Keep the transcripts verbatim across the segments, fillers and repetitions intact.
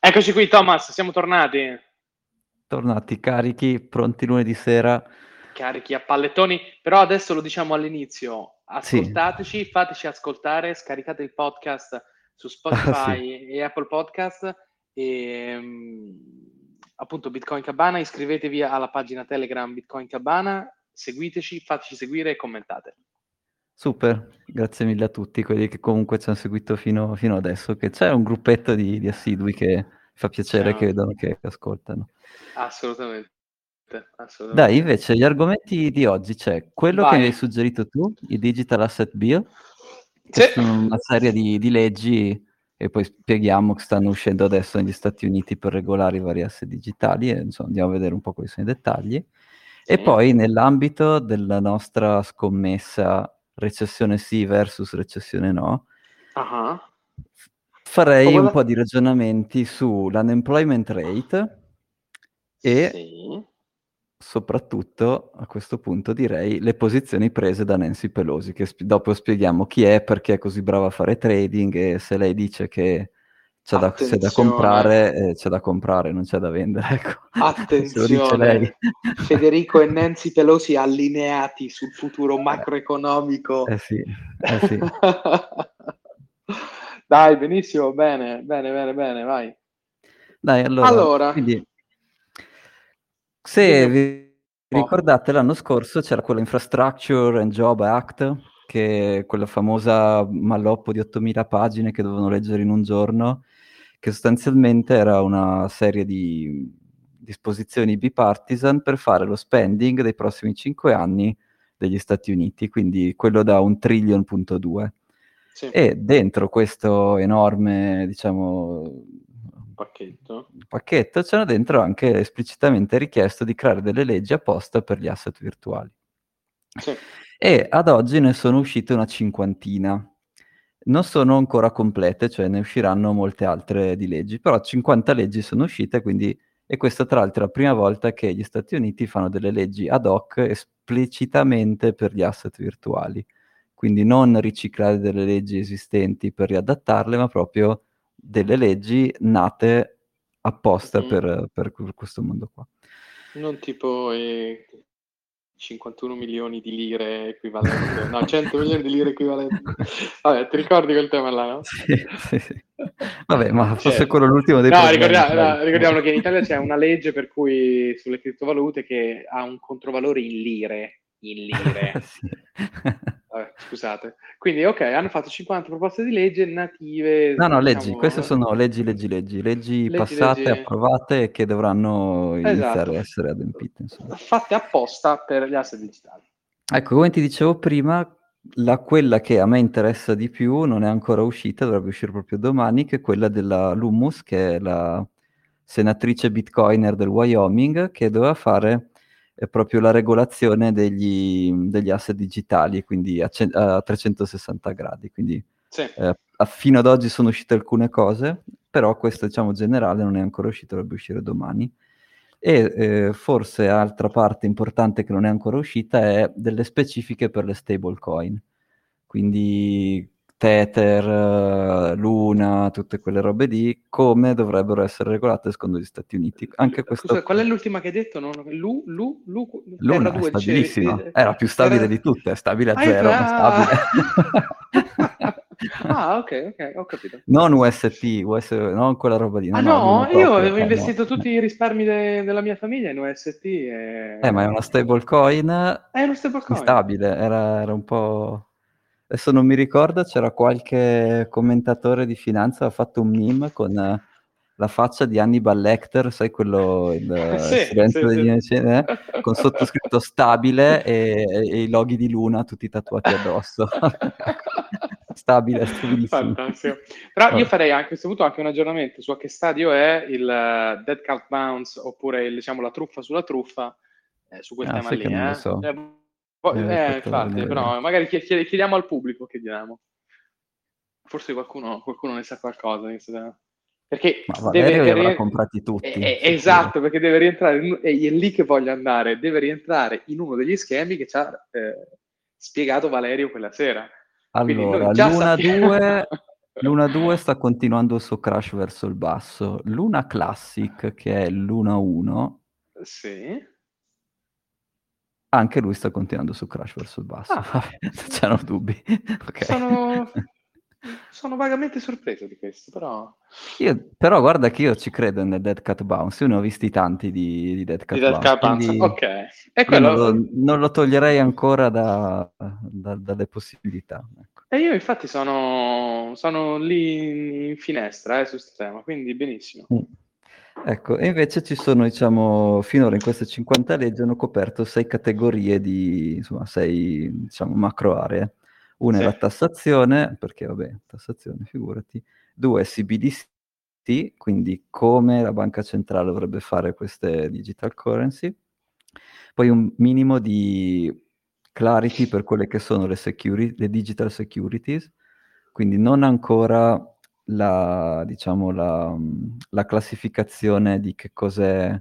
Eccoci qui, Thomas, siamo tornati. Tornati carichi, pronti lunedì sera. Carichi a pallettoni, però adesso lo diciamo all'inizio. Sì. Ascoltateci, fateci ascoltare, scaricate il podcast su Ah, sì. Spotify e Apple Podcast e um, appunto Bitcoin Cabana, iscrivetevi alla pagina Telegram Bitcoin Cabana, seguiteci, fateci seguire e commentate. Super, grazie mille a tutti quelli che comunque ci hanno seguito fino, fino adesso, che c'è un gruppetto di, di assidui che fa piacere Ciao. che vedono che ascoltano. Assolutamente. Assolutamente. Dai, invece, gli argomenti di oggi c'è quello Vai. che mi hai suggerito tu, i Digital Asset Bill, che Sì. sono una serie di, di leggi e poi spieghiamo che stanno uscendo adesso negli Stati Uniti per regolare i vari asset digitali e insomma andiamo a vedere un po' quali sono i dettagli. Sì. E poi nell'ambito della nostra scommessa recessione sì versus recessione no, uh-huh. farei un Come... po' di ragionamenti sull'unemployment rate e Sì. soprattutto a questo punto direi le posizioni prese da Nancy Pelosi, che sp- dopo spieghiamo chi è, perché è così brava a fare trading e se lei dice che c'è da, c'è da comprare, eh, c'è da comprare, non c'è da vendere. Ecco. Se lo dice lei. Attenzione, Federico e Nancy Pelosi allineati sul futuro macroeconomico. Eh sì, eh sì. Dai, benissimo, bene, bene, bene, bene, vai. Dai, allora, Allora, quindi, dimmi se un vi po'. ricordate l'anno scorso c'era quello Infrastructure and Job Act, che è quella famosa malloppo di ottomila pagine che dovevano leggere in un giorno, che sostanzialmente era una serie di disposizioni bipartisan per fare lo spending dei prossimi cinque anni degli Stati Uniti, quindi quello da un trillion punto due. Sì. E dentro questo enorme, diciamo, Pacchetto. pacchetto c'era dentro anche esplicitamente richiesto di creare delle leggi apposta per gli asset virtuali. Sì. E ad oggi ne sono uscite una cinquantina. Non sono ancora complete, cioè ne usciranno molte altre di leggi, però cinquanta leggi sono uscite, quindi e questa tra l'altro è la prima volta che gli Stati Uniti fanno delle leggi ad hoc esplicitamente per gli asset virtuali. Quindi non riciclare delle leggi esistenti per riadattarle, ma proprio delle leggi nate apposta Mm-hmm. per, per questo mondo qua. Non tipo eh, cinquantuno milioni di lire equivalente, no, cento milioni di lire equivalenti. Vabbè, ti ricordi quel tema là, no? Sì, sì, sì. Vabbè, ma Cioè, fosse quello l'ultimo dei no, problemi. ricordia- Dai. no, ricordiamo che in Italia c'è una legge per cui sulle criptovalute che ha un controvalore in lire, in lire. Sì. Vabbè, scusate. Quindi, ok, hanno fatto cinquanta proposte di legge native, No, no, leggi, queste diciamo, sono leggi, leggi, leggi, leggi leggi, passate, leggi, approvate e che dovranno esatto, iniziare a essere adempiute, insomma. fatte apposta per gli asset digitali. Ecco, come ti dicevo prima, la, quella che a me interessa di più non è ancora uscita, dovrebbe uscire proprio domani, che è quella della Lummus, che è la senatrice bitcoiner del Wyoming, che doveva fare eh, proprio la regolazione degli, degli asset digitali, quindi a, ce- a trecentosessanta gradi. Quindi Sì. eh, a- fino ad oggi sono uscite alcune cose, però questo, diciamo, generale non è ancora uscito, dovrebbe uscire domani. E eh, forse altra parte importante che non è ancora uscita è delle specifiche per le stablecoin, quindi Tether, eh, Luna, tutte quelle robe lì, come dovrebbero essere regolate secondo gli Stati Uniti. Anche Scusa, questo, qual è l'ultima che hai detto? Non... Lu, Lu, Lu, Terra Luna è due, dicevi? stabilissima, Di- è la più stabile Terra... di tutte, è stabile a Ah, io- zero, ma ah! stabile. Ah, ok, ok, ho capito. Non U S T, U S, non quella roba lì, no, Ah no, Luna no, io proprio, avevo eh, no. investito tutti i risparmi de- della mia famiglia in U S T Eh, ma è e... una stablecoin È uno stablecoin. instabile, era, era un po'... Adesso non mi ricordo, c'era qualche commentatore di finanza, ha fatto un meme con eh, la faccia di Hannibal Lecter, sai quello, il, il Sì, silenzio sì, degli sì. innocenti, eh? Con sottoscritto stabile e, e i loghi di Luna tutti tatuati addosso. Stabile, stabilissimo. Fantastico. Però io Vabbè. farei anche a questo punto anche un aggiornamento su a che stadio è il eh, Dead Cat Bounce oppure il, diciamo la truffa sulla truffa eh, su quel Ah, tema sai lì. che non lo Eh? so, Eh, mi poi- avrei eh, fatto bene a infatti, vedere. però magari chied- chied- chiediamo al pubblico che diamo. Forse qualcuno, qualcuno ne sa qualcosa. di questo tema. Perché Ma deve, Valerio li avrà rie- comprati eh, tutti, eh, sicuro. esatto, perché deve rientrare, in- e è lì che voglio andare, deve rientrare in uno degli schemi che ci ha eh, spiegato Valerio quella sera. Quindi noi Allora, già Luna sappiamo... due Luna due sta continuando il suo crash verso il basso. Luna Classic, che è Luna uno, Sì. anche lui sta continuando il suo crash verso il basso. Ah, Vabbè, non c'erano dubbi. Ok. sono, sono vagamente sorpreso di questo, però... Io, però guarda che io ci credo nel Dead Cat Bounce, io ne ho visti tanti di, di Dead Di Cat Dead Bounce, Cat Bounce. quindi Ok. E io non quello... lo, non lo toglierei ancora da- da- dalle possibilità. Ecco. E io infatti sono, sono lì in finestra eh, su questo tema, quindi benissimo. Mm. Ecco, e invece ci sono, diciamo, finora in queste cinquanta leggi hanno coperto sei categorie di, insomma, sei, diciamo, macro aree. Una è Sì, la tassazione, perché vabbè, tassazione, figurati. Due è C B D C, quindi come la banca centrale dovrebbe fare queste digital currency. Poi un minimo di clarity per quelle che sono le, securi- le digital securities, quindi non ancora la, diciamo, la, la classificazione di che cos'è,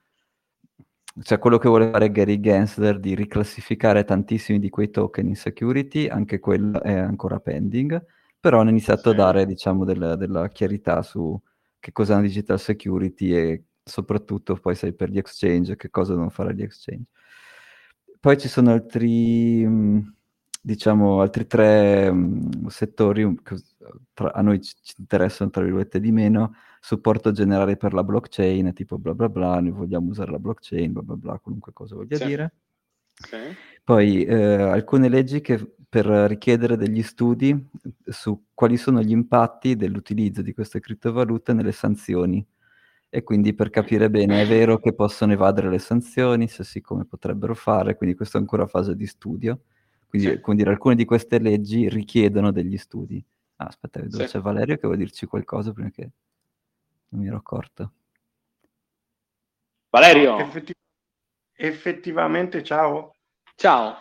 cioè quello che vuole fare Gary Gensler di riclassificare tantissimi di quei token in security, anche quello è ancora pending, però hanno iniziato a sì, dare, diciamo, del- della chiarità su che cos'è una digital security e soprattutto poi sai per gli exchange che cosa devono fare gli exchange. Poi ci sono altri, mh, diciamo, altri tre mh, settori um, che tra- a noi ci ci interessano, tra virgolette, di meno. Supporto generale per la blockchain, tipo bla bla bla, noi vogliamo usare la blockchain, bla bla bla, qualunque cosa voglia sì, dire. sì, Poi eh, alcune leggi che per richiedere degli studi su quali sono gli impatti dell'utilizzo di queste criptovalute nelle sanzioni. E quindi per capire bene, è vero che possono evadere le sanzioni, se sì, come potrebbero fare, quindi questa è ancora fase di studio. sì, Quindi, come dire, alcune di queste leggi richiedono degli studi. Ah, aspetta, vedo sì. c'è Valerio che vuole dirci qualcosa prima che non mi ero accorto. Valerio, Effetti- effettivamente, ciao, ciao.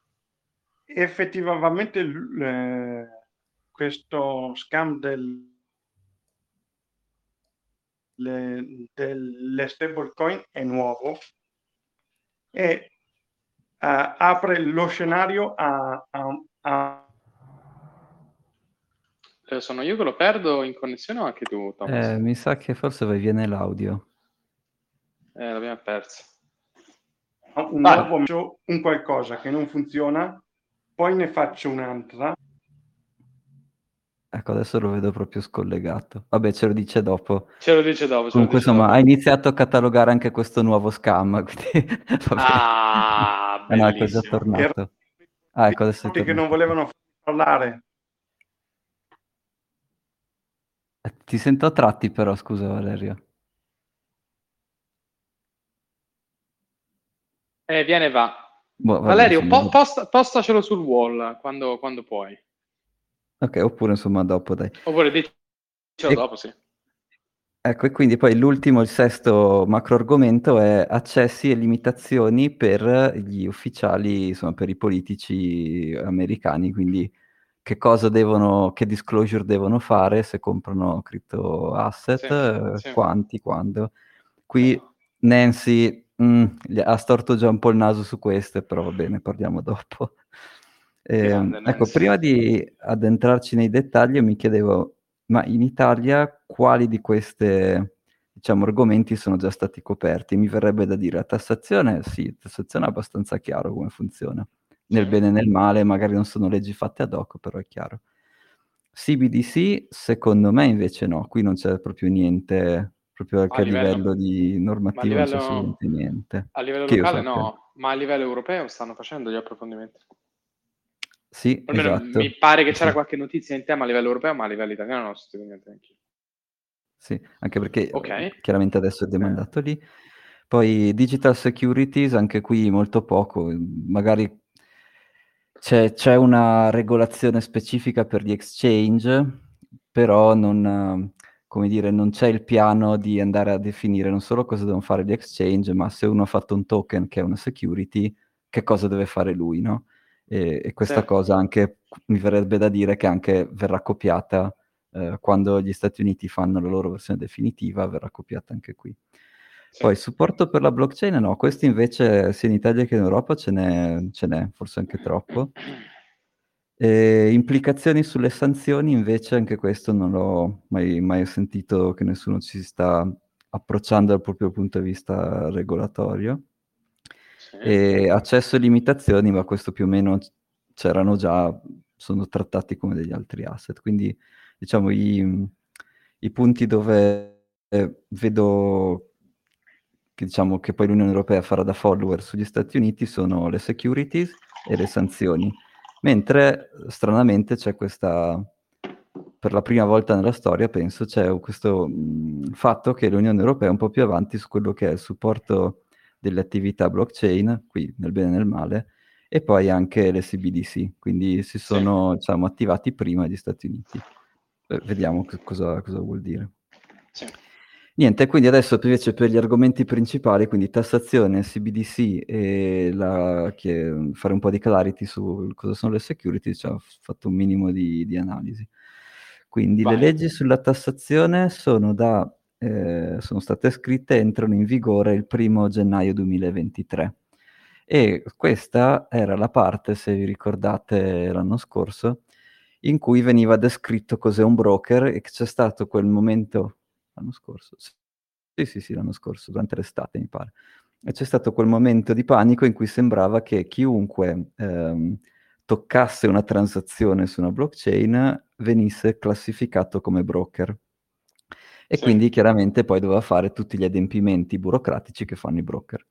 effettivamente l- eh, questo scam del- le- delle stablecoin è nuovo e eh, apre lo scenario a, a- a- Eh, sono io che lo perdo in connessione o anche tu, Thomas? Eh, mi sa che forse vai via nell'audio. Eh, l'abbiamo perso. a un Vai. nuovo faccio un qualcosa che non funziona, poi ne faccio un'altra. Ecco, adesso lo vedo proprio scollegato. Vabbè, ce lo dice dopo. Ce lo dice dopo, ce lo Comunque, dice insomma, dopo. ha iniziato a catalogare anche questo nuovo scam, quindi vabbè. Ah, Ah, no, ecco, è già bellissimo. Che, tornato. Ah, ecco, adesso è che non tornato. volevano farmi parlare. Eh, Ti sento a tratti però, scusa Valerio. Eh, viene e va. Boh, vabbè, Valerio, insomma, po- dopo. posta- postacelo sul wall quando, quando puoi. Ok, oppure insomma dopo, dai. Oppure dicelo E dopo, sì. ecco, e quindi poi l'ultimo, il sesto macro argomento è accessi e limitazioni per gli ufficiali, insomma, per i politici americani, quindi che cosa devono, che disclosure devono fare se comprano crypto Sì, asset, eh, sì, quanti, quando. sì. Qui Nancy mm, gli ha storto già un po' il naso su queste, però va bene, parliamo dopo. Grande, Ehm, ecco, Nancy. prima di addentrarci nei dettagli, io mi chiedevo, ma in Italia quali di queste, diciamo, argomenti sono già stati coperti? Mi verrebbe da dire, la tassazione, sì, tassazione è abbastanza chiaro come funziona. Nel Sì. bene e nel male, magari non sono leggi fatte ad hoc, però è chiaro. C B D C, secondo me invece no, qui non c'è proprio niente, proprio A anche a livello, livello di ma a normativo non c'è livello, assolutamente niente. a livello Che io locale sappia. no, ma a livello europeo stanno facendo gli approfondimenti. Sì, Almeno mi esatto. pare che Sì, c'era sì. qualche notizia in tema a livello europeo, ma a livello italiano non ho sentito niente neanche io. Sì, anche perché Ok. eh, chiaramente adesso è Sì. demandato lì. Poi digital securities, anche qui molto poco, magari c'è, c'è una regolazione specifica per gli exchange, però non, eh, come dire, non c'è il piano di andare a definire non solo cosa devono fare gli exchange, ma se uno ha fatto un token che è una security, che cosa deve fare lui, no? E, e Sì. questa cosa anche mi verrebbe da dire che anche verrà copiata eh, quando gli Stati Uniti fanno la loro versione definitiva, verrà copiata anche qui. Sì. Poi supporto per la blockchain, no, questo invece sia in Italia che in Europa ce n'è, ce n'è, forse anche troppo. E implicazioni sulle sanzioni, invece, anche questo non l'ho mai, mai sentito che nessuno ci si sta approcciando dal proprio punto di vista regolatorio. Sì. E accesso e limitazioni, ma questo più o meno c'erano già, sono trattati come degli altri asset. Quindi, diciamo, i, i punti dove eh, vedo che, diciamo, che poi l'Unione Europea farà da follower sugli Stati Uniti sono le securities e le sanzioni. Mentre, stranamente, c'è questa, per la prima volta nella storia, penso, c'è questo mh, fatto che l'Unione Europea è un po' più avanti su quello che è il supporto delle attività blockchain, qui nel bene e nel male, e poi anche le C B D C, quindi si sono, diciamo, attivati prima gli Stati Uniti. Eh, vediamo che cosa, cosa vuol dire. Sì. Niente, quindi adesso invece per gli argomenti principali, quindi tassazione, C B D C e la, che, fare un po' di clarity su cosa sono le security, ci ha fatto un minimo di, di analisi. Quindi Vai. le leggi sulla tassazione sono, da, eh, sono state scritte e entrano in vigore il primo gennaio duemilaventitré. E questa era la parte, se vi ricordate l'anno scorso, in cui veniva descritto cos'è un broker e che c'è stato quel momento l'anno scorso, sì, sì, sì, l'anno scorso, durante l'estate mi pare. E c'è stato quel momento di panico in cui sembrava che chiunque ehm, toccasse una transazione su una blockchain venisse classificato come broker. E Sì. quindi chiaramente poi doveva fare tutti gli adempimenti burocratici che fanno i broker.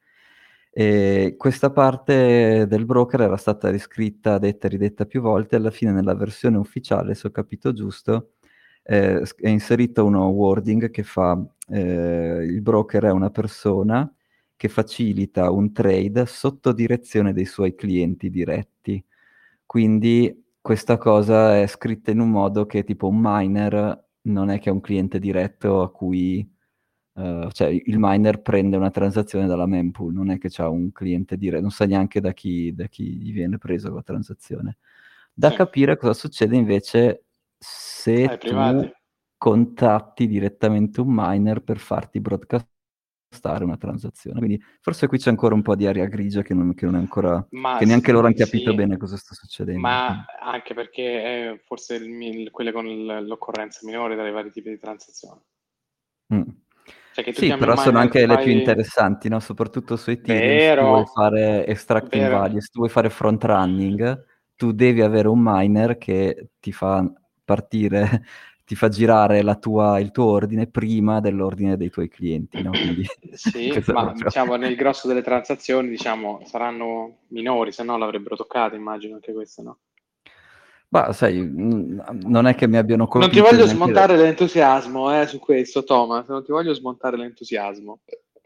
E questa parte del broker era stata riscritta, detta e ridetta più volte, alla fine nella versione ufficiale, se ho capito giusto, eh, è inserito uno wording che fa eh, il broker è una persona che facilita un trade sotto direzione dei suoi clienti diretti. Quindi questa cosa è scritta in un modo che tipo un miner non è che è un cliente diretto a cui Uh, cioè il miner prende una transazione dalla mempool, non è che c'ha un cliente diretto, non sa neanche da chi, da chi gli viene presa la transazione. Da Sì. capire cosa succede invece Ai se privati. tu contatti direttamente un miner per farti broadcastare una transazione. Quindi forse qui c'è ancora un po' di aria grigia che non, che non è ancora, Ma che neanche loro hanno sì, capito bene cosa sta succedendo. ma anche perché è forse il, il- quelle con il- l'occorrenza minore dai vari tipi di transazioni. Mm. Cioè che tu Sì, chiami un però sono miner, ti anche le più fai... interessanti, no? Soprattutto su Ethereum, se tu vuoi Vero, fare extracting vero. value, se tu vuoi fare front running, tu devi avere un miner che ti fa partire, ti fa girare la tua, il tuo ordine prima dell'ordine dei tuoi clienti, no? Quindi Sì, questo è ma proprio... diciamo nel grosso delle transazioni, diciamo, saranno minori, se no l'avrebbero toccate, immagino anche queste, no? Ma sai, n- non è che mi abbiano Non ti colpito voglio neanche... smontare l'entusiasmo, eh, su questo, Thomas, non ti voglio smontare l'entusiasmo.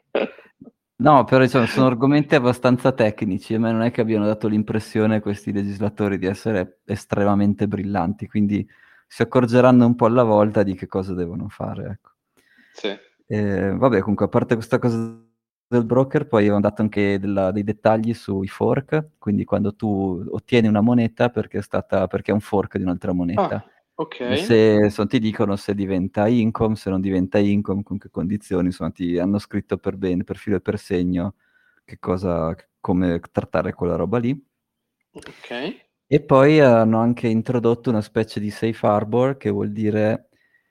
No, però diciamo, sono argomenti abbastanza tecnici, a me non è che abbiano dato l'impressione questi legislatori di essere estremamente brillanti, quindi si accorgeranno un po' alla volta di che cosa devono fare, ecco. Sì. Eh, vabbè, comunque, a parte questa cosa del broker, poi ho dato anche della- dei dettagli sui fork, quindi quando tu ottieni una moneta perché è stata, perché è un fork di un'altra moneta. Ah, ok. E se se non ti dicono se diventa income, se non diventa income, con che condizioni, insomma, ti hanno scritto per bene, per filo e per segno, che cosa, come trattare quella roba lì. Ok. E poi hanno anche introdotto una specie di safe harbor, che vuol dire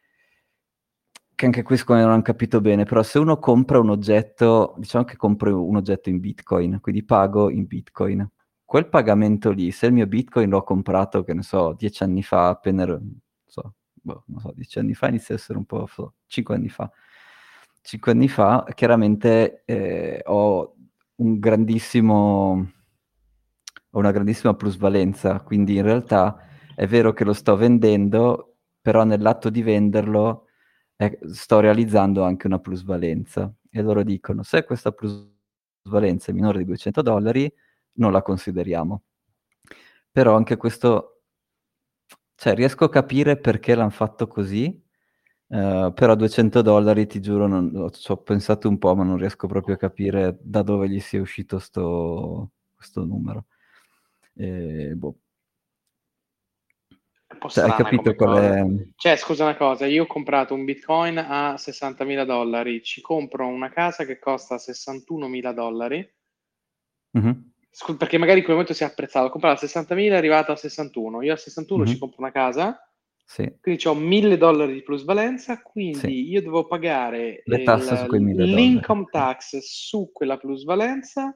che anche qui secondo me non hanno capito bene, però se uno compra un oggetto, diciamo che compro un oggetto in Bitcoin, quindi pago in Bitcoin, quel pagamento lì, se il mio Bitcoin l'ho comprato, che ne so, dieci anni fa, appena ero, non so, boh, non so, dieci anni fa inizia a essere un po', so, cinque anni fa. Cinque anni fa, chiaramente eh, ho un grandissimo, ho una grandissima plusvalenza, quindi in realtà è vero che lo sto vendendo, però nell'atto di venderlo eh, sto realizzando anche una plusvalenza. E loro dicono, se questa plusvalenza è minore di duecento dollari, non la consideriamo. Però anche questo, cioè riesco a capire perché l'hanno fatto così, eh, però duecento dollari, ti giuro, non, ci ho pensato un po', ma non riesco proprio a capire da dove gli sia uscito sto, questo numero. E, boh. Un po' Cioè, hai strana capito come qual cosa. è? Cioè, scusa una cosa, io ho comprato un Bitcoin a sessantamila dollari, ci compro una casa che costa sessantunomila dollari, Mhm. Scu- perché magari in quel momento si è apprezzato. Ho comprato a sessantamila, è arrivato a sessantuno. Io a sessantuno ci Mhm. compro una casa, Sì, quindi ho mille dollari di plusvalenza, sì. quindi io devo pagare Le tasse su quei il- mille dollari. l'income tax su quella plusvalenza.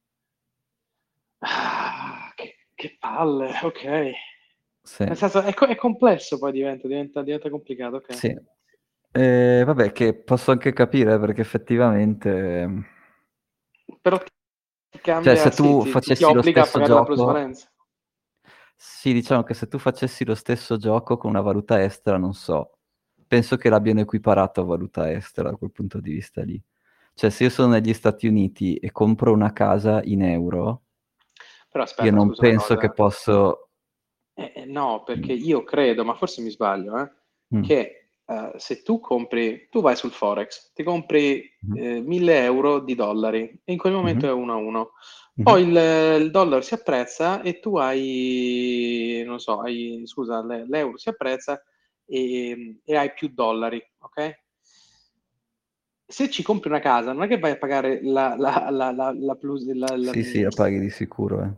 Ah, che, che palle, ok. Sì, Nel senso, è, co- è complesso poi diventa, diventa, diventa complicato, ok. sì. Eh, vabbè, che posso anche capire perché effettivamente... ehm, Però ti Cioè, cambia, se sì, tu ti, ti- ti facessi lo obbliga a stesso pagare la gioco... plusvalenza. Sì, diciamo che se tu facessi lo stesso gioco con una valuta estera, non so, penso che l'abbiano equiparato a valuta estera da quel punto di vista lì. Cioè, se io sono negli Stati Uniti e compro una casa in euro, Però io aspetta, non scusa una penso che cosa. posso... Eh, eh, no, perché io credo, ma forse mi sbaglio, eh, Mm, che eh, se tu compri, tu vai sul Forex, ti compri mhm, eh, mille euro di dollari e in quel momento mhm, è uno a uno. mhm. Poi il, il dollaro si apprezza e tu hai, non so, hai, scusa, le- l'euro si apprezza e, e hai più dollari, ok? Se ci compri una casa, non è che vai a pagare la, la, la, la, la plus, la, la- Sì, sì, la paghi di sicuro, eh.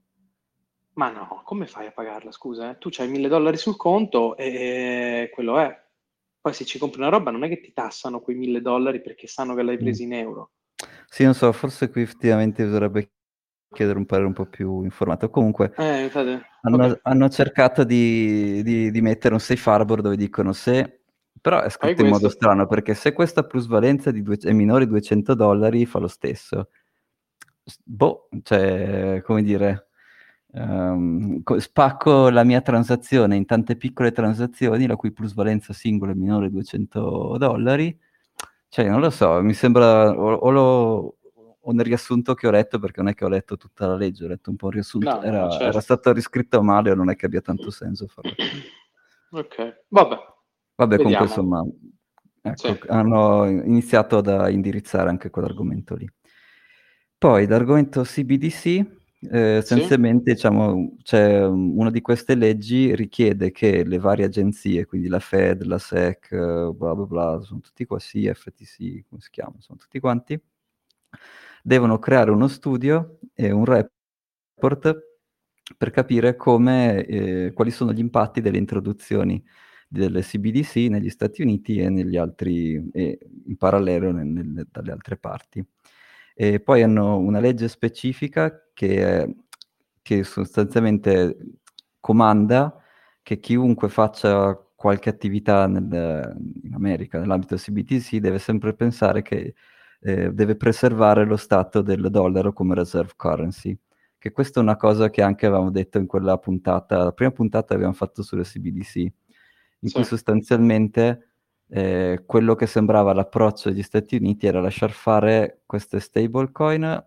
Ma no, come fai a pagarla? Scusa, eh? Tu c'hai mille dollari sul conto e quello è. Poi se ci compri una roba non è che ti tassano quei mille dollari perché sanno che l'hai Mm. presi in euro. Sì, non so, forse qui effettivamente bisognerebbe chiedere un parere un po' più informato. Comunque, Eh, infatti, hanno, ok, hanno cercato di, di- di mettere un safe harbor dove dicono se... Però è fai scritto in modo questo. strano, perché se questa plusvalenza di due- è minore di duecento dollari fa lo stesso. S- Boh, cioè, come dire, ehm, co- spacco la mia transazione in tante piccole transazioni, la cui plusvalenza singola è minore di duecento dollari. Cioè, non lo so, mi sembra, o, o lo- o nel riassunto che ho letto, perché non è che ho letto tutta la legge, ho letto un po' il riassunto, No, no, no, era, era certo. stato riscritto male, o non è che abbia tanto senso farlo così. Ok, vabbè, Vabbè, comunque, vediamo. insomma, Sì, ecco, hanno iniziato ad indirizzare anche quell'argomento lì. Poi, l'argomento C B D C, eh, sì, essenzialmente, diciamo, c'è um, una di queste leggi richiede che le varie agenzie, quindi la Fed, la S E C, eh, bla bla bla, sono tutti qua, sì, F T C, come si chiamano, sono tutti quanti, devono creare uno studio e un report per capire come, eh, quali sono gli impatti delle introduzioni delle C B D C negli Stati Uniti e negli altri, e in parallelo nel- nel- dalle altre parti. E poi hanno una legge specifica che, che sostanzialmente comanda che chiunque faccia qualche attività nel- in America, nell'ambito C B D C, deve sempre pensare che eh, deve preservare lo stato del dollaro come reserve currency. Che questa è una cosa che anche avevamo detto in quella puntata, la prima puntata che abbiamo fatto sulle C B D C, in sì, cui sostanzialmente eh, quello che sembrava l'approccio degli Stati Uniti era lasciar fare queste stablecoin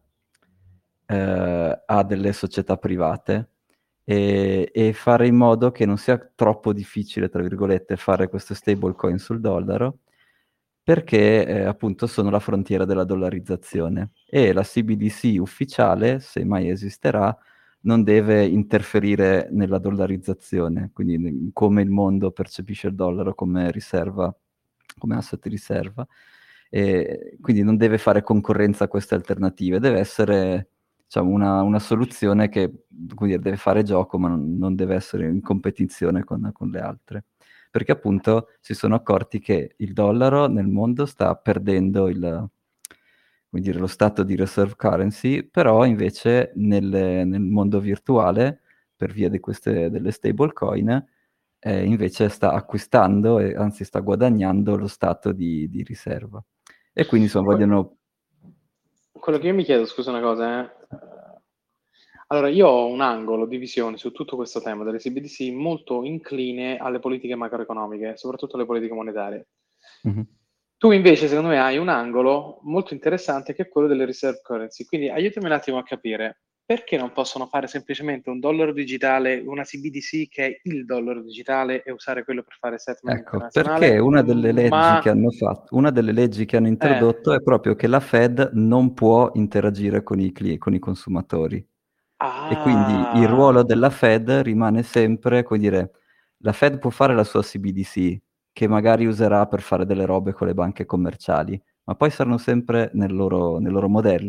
eh, a delle società private e, e fare in modo che non sia troppo difficile, tra virgolette, fare queste stablecoin sul dollaro, perché eh, appunto sono la frontiera della dollarizzazione e la C B D C ufficiale, se mai esisterà, non deve interferire nella dollarizzazione, quindi in come il mondo percepisce il dollaro come riserva, come asset di riserva, e quindi non deve fare concorrenza a queste alternative, deve essere diciamo, una, una soluzione che come dire, deve fare gioco, ma non, non deve essere in competizione con, con le altre. Perché appunto si sono accorti che il dollaro nel mondo sta perdendo il, come dire, lo stato di reserve currency, però invece nel, nel mondo virtuale, per via di queste, delle stablecoin, eh, invece sta acquistando e anzi sta guadagnando lo stato di, di riserva. E quindi insomma Que- vogliono... quello che io mi chiedo, scusa una cosa, eh. Allora, io ho un angolo di visione su tutto questo tema delle C B D C molto incline alle politiche macroeconomiche, soprattutto alle politiche monetarie. Mhm. Tu invece, secondo me, hai un angolo molto interessante che è quello delle reserve currency. Quindi aiutami un attimo a capire perché non possono fare semplicemente un dollaro digitale, una C B D C che è il dollaro digitale e usare quello per fare settlement Ecco, perché internazionale, una delle leggi che ma hanno fatto, una delle leggi che hanno eh, introdotto è proprio che la Fed non può interagire con i, cli- con i consumatori. E quindi il ruolo ah, della Fed rimane sempre, come dire, la Fed può fare la sua C B D C, che magari userà per fare delle robe con le banche commerciali, ma poi saranno sempre nel loro, nel loro modello,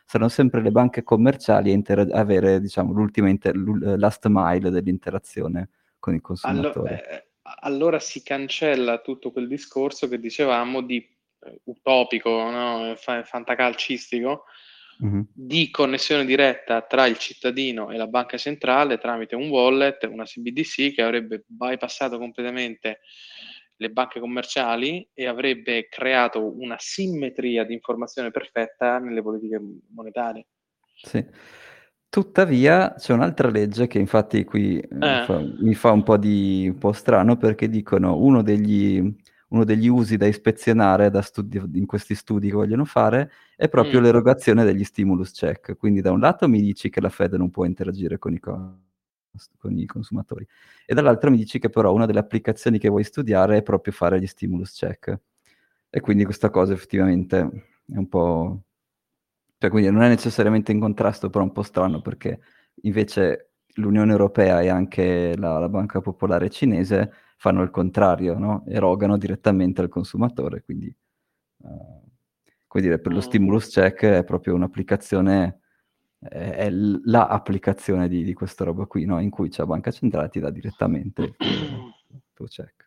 saranno sempre le banche commerciali a inter- avere, diciamo, l'ultima inter- l'ul- last mile dell'interazione con il Allo- consumatore. eh, allora si cancella tutto quel discorso che dicevamo di eh, utopico, no? Fa- fantacalcistico, Mhm. di connessione diretta tra il cittadino e la banca centrale tramite un wallet, una C B D C che avrebbe bypassato completamente le banche commerciali e avrebbe creato una simmetria di informazione perfetta nelle politiche monetarie. Sì. Tuttavia c'è un'altra legge che infatti qui eh, Eh, fa- mi fa un po' di un po' strano perché dicono uno degli, uno degli usi da ispezionare da studi- in questi studi che vogliono fare è proprio mm, l'erogazione degli stimulus check. Quindi da un lato mi dici che la Fed non può interagire con i, co- con i consumatori e dall'altro mi dici che però una delle applicazioni che vuoi studiare è proprio fare gli stimulus check. E quindi questa cosa effettivamente è un po'... Cioè, quindi non è necessariamente in contrasto, però è un po' strano perché invece l'Unione Europea e anche la, la Banca Popolare Cinese fanno il contrario, no? Erogano direttamente al consumatore, quindi eh, come dire, per lo mm. stimulus check è proprio un'applicazione, è, è l- la applicazione di, di questa roba qui, no? In cui c'è la banca centrale ti dà direttamente il tuo, il tuo check.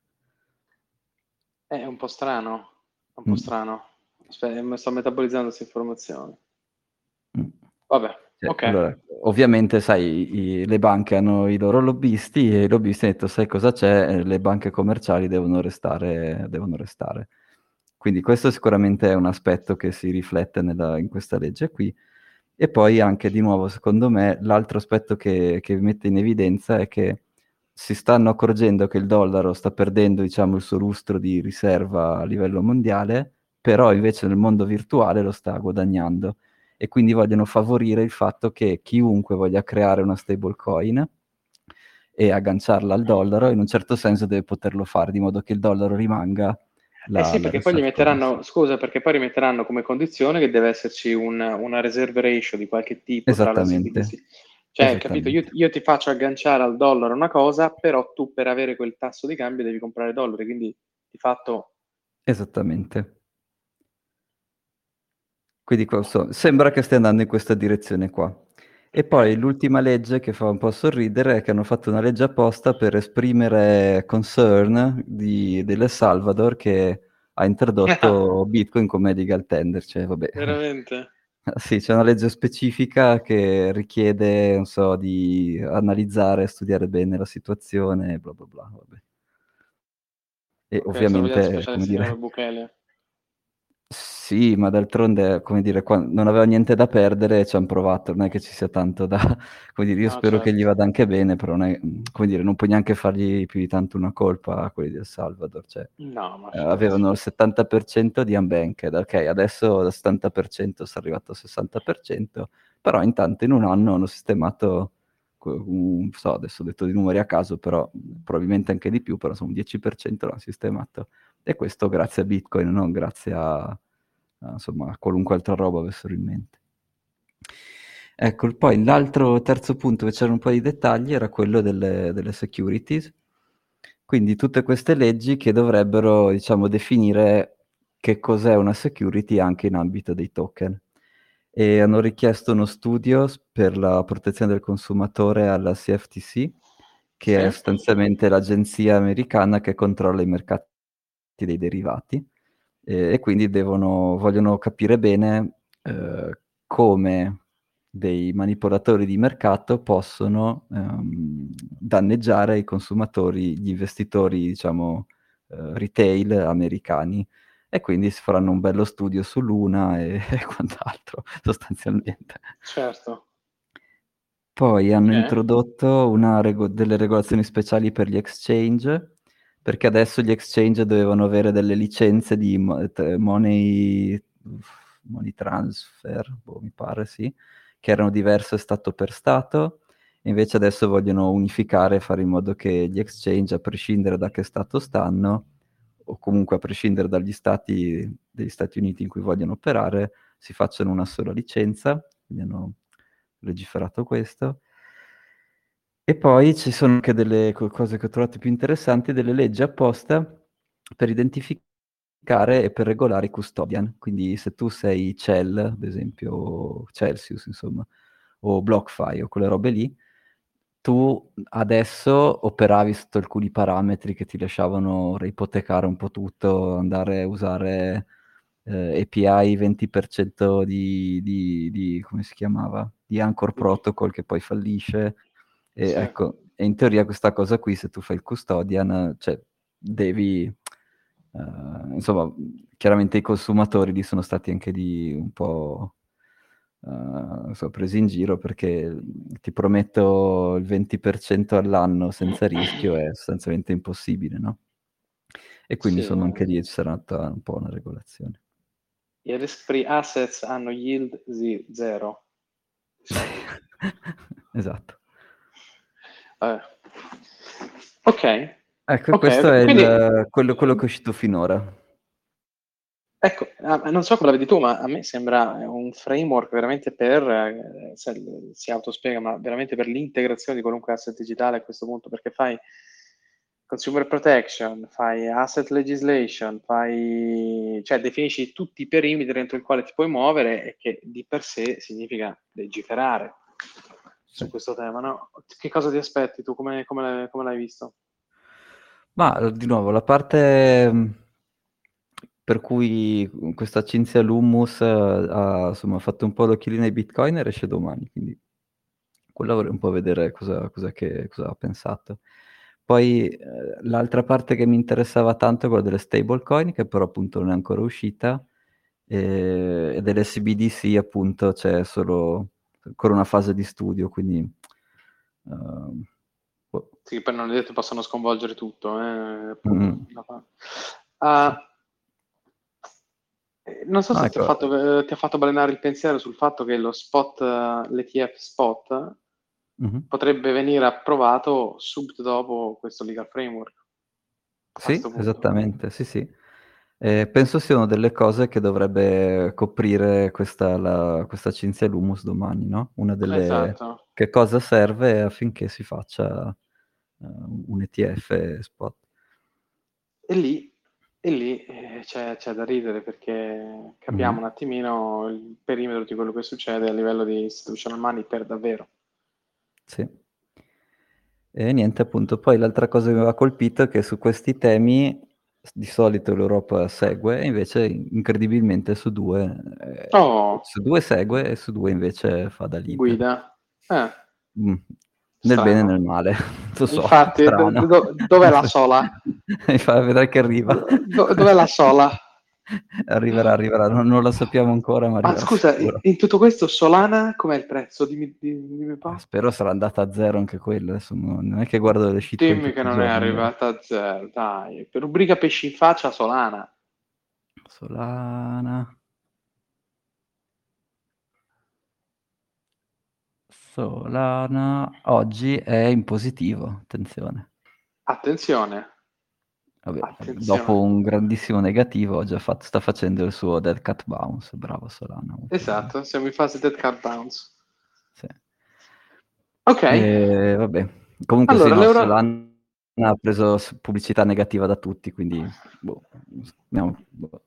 È un po' strano, è un po' Mm, strano. Aspetta, mi sto metabolizzando questa informazione. mm. Vabbè, Cioè, ok. allora, ovviamente, sai, i- le banche hanno i loro lobbisti e i lobbisti hanno detto, sai cosa c'è? Eh, Le banche commerciali devono restare, devono restare. Quindi questo sicuramente è un aspetto che si riflette nella- in questa legge qui. E poi anche, di nuovo, secondo me, l'altro aspetto che, che mette in evidenza è che si stanno accorgendo che il dollaro sta perdendo, diciamo, il suo lustro di riserva a livello mondiale, però invece nel mondo virtuale lo sta guadagnando e quindi vogliono favorire il fatto che chiunque voglia creare una stablecoin e agganciarla al dollaro, in un certo senso deve poterlo fare, di modo che il dollaro rimanga Eh la, sì, la perché poi gli reserve currency. metteranno, scusa, perché poi rimetteranno come condizione che deve esserci un- una reserve ratio di qualche tipo tra la Esattamente, C B D C. Cioè, capito, io, esattamente, io ti faccio agganciare al dollaro una cosa, però tu per avere quel tasso di cambio devi comprare dollari, quindi di fatto... esattamente. Quindi questo- sembra che stia andando in questa direzione qua. E Ok. poi l'ultima legge che fa un po' sorridere è che hanno fatto una legge apposta per esprimere concern di, dell'El Salvador che ha introdotto Bitcoin come legal tender. Cioè, vabbè. Veramente? Sì, c'è una legge specifica che richiede, non so, di analizzare, studiare bene la situazione, bla bla bla, vabbè. E Ok, sorveglianza ovviamente, speciale come signor dire, Bukele. sì, ma d'altronde, come dire, qua- non aveva niente da perdere, ci hanno provato, non è che ci sia tanto da... Come dire, io No, spero che gli certo. vada anche bene, però non è, come dire, non puoi neanche fargli più di tanto una colpa a quelli del Salvador, cioè, No, ma eh, figurati. avevano il settanta per cento di unbanked, ok, adesso dal settanta per cento si è arrivato al sessanta per cento, però intanto in un anno hanno sistemato, que- un, so, adesso ho detto di numeri a caso, però probabilmente anche di più, però sono un dieci per cento l'hanno sistemato. E questo grazie a Bitcoin, non grazie a, a, insomma, a qualunque altra roba avessero in mente. Ecco, poi l'altro terzo punto, dove c'erano un po' di dettagli, era quello delle, delle securities. Quindi tutte queste leggi che dovrebbero, diciamo, definire che cos'è una security anche in ambito dei token. E hanno richiesto uno studio s- per la protezione del consumatore alla C F T C, Sì? che è sostanzialmente l'agenzia americana che controlla i mercati dei derivati, eh, e quindi devono, vogliono capire bene eh, come dei manipolatori di mercato possono ehm, danneggiare i consumatori, gli investitori, diciamo, eh, retail americani. E quindi si faranno un bello studio su Luna e, e quant'altro, sostanzialmente. Certo. Poi hanno Ok. introdotto una rego- delle regolazioni speciali per gli exchange, perché adesso gli exchange dovevano avere delle licenze di mo- t- money, money transfer, boh, mi pare, sì, che erano diverse stato per stato. Invece adesso vogliono unificare e fare in modo che gli exchange, a prescindere da che stato stanno, o comunque a prescindere dagli stati degli Stati Uniti in cui vogliono operare, si facciano una sola licenza. Quindi hanno legiferato questo. E poi ci sono anche delle co- cose che ho trovato più interessanti, delle leggi apposta per identificare care e per regolare i custodian. Quindi se tu sei Cell, ad esempio Celsius, insomma, o BlockFi o quelle robe lì, tu adesso operavi sotto alcuni parametri che ti lasciavano reipotecare un po' tutto, andare a usare eh, A P I venti per cento di, di, di, come si chiamava? Di Anchor Protocol che poi fallisce. E Sì. ecco, e in teoria questa cosa qui, se tu fai il custodian, cioè devi... Uh, insomma, chiaramente i consumatori lì sono stati anche di un po' uh, so, presi in giro perché ti prometto il venti per cento all'anno senza rischio è sostanzialmente impossibile, no? E quindi Sì. sono anche lì, ci sarà un po' una regolazione. I risk-free assets hanno yield zi- zero. Esatto. Eh. Ok. Ecco, Ok, questo ok. è Quindi, il, quello, quello che è uscito finora. ecco, ah, non so come la vedi tu, ma a me sembra un framework veramente per, eh, se- si autospiega, ma veramente per l'integrazione di qualunque asset digitale a questo punto, perché fai consumer protection, fai asset legislation, fai, cioè definisci tutti i perimetri entro il quale ti puoi muovere e che di per sé significa legiferare Sì. su questo tema, no? Che cosa ti aspetti tu? Come, come l'hai, come l'hai visto? Ma di nuovo, la parte mh, per cui questa Cinzia Lummus eh, ha insomma, fatto un po' l'occhiolino ai bitcoin e esce domani, quindi quella vorrei un po' vedere cosa, cosa, che, cosa ha pensato. Poi eh, l'altra parte che mi interessava tanto è quella delle stablecoin, che però appunto non è ancora uscita, e, e dell'S B D C appunto c'è solo ancora una fase di studio, quindi... Uh, boh. Sì, poi non è detto possono sconvolgere tutto, eh, appunto. Mm. Uh, non so No, se ti ha ecco. fatto, eh, ti ha fatto balenare il pensiero sul fatto che lo spot, eh, l'E T F spot, Mm-hmm. potrebbe venire approvato subito dopo questo legal framework. A Sì, questo punto. esattamente, sì, sì. Eh, penso siano delle cose che dovrebbe coprire questa, la, questa Cinzia Lumus domani, no? Una delle... Esatto. Che cosa serve affinché si faccia uh, un E T F spot. E lì, e lì eh, c'è, c'è da ridere perché capiamo Mm-hmm. un attimino il perimetro di quello che succede a livello di institutional money per davvero. Sì. E niente, appunto, poi l'altra cosa che mi aveva colpito è che su questi temi di solito l'Europa segue, e invece incredibilmente su due, eh, Oh, su due segue e su due invece fa da leader. guida. Eh, Mm. Nel bene e strano. nel male, lo so, Infatti, do- strano. do- dov'è la sola? Mi fa vedere che arriva. Do- dov'è la sola? Arriverà, arriverà, non, non lo sappiamo ancora, ma Ma arriverà scusa, sicuro. in tutto questo Solana com'è il prezzo? Dimmi, dimmi, dimmi un Ah, po'. spero sarà andata a zero anche quello, adesso non non è che guardo le shitcoin Dimmi che tutti i non è giorni. Io. arrivata a zero, dai. Per rubrica pesci in faccia Solana. Solana... Solana oggi è in positivo, attenzione. Attenzione, Vabbè, dopo attenzione. un grandissimo negativo, ha già fatto, sta facendo il suo dead cat bounce. Bravo Solana, molto bene. Esatto, siamo in fase dead cat bounce. Sì. Ok, E, vabbè, comunque sì, allora no, l'euro... Solana ha preso s- pubblicità negativa da tutti, quindi boh, andiamo- boh.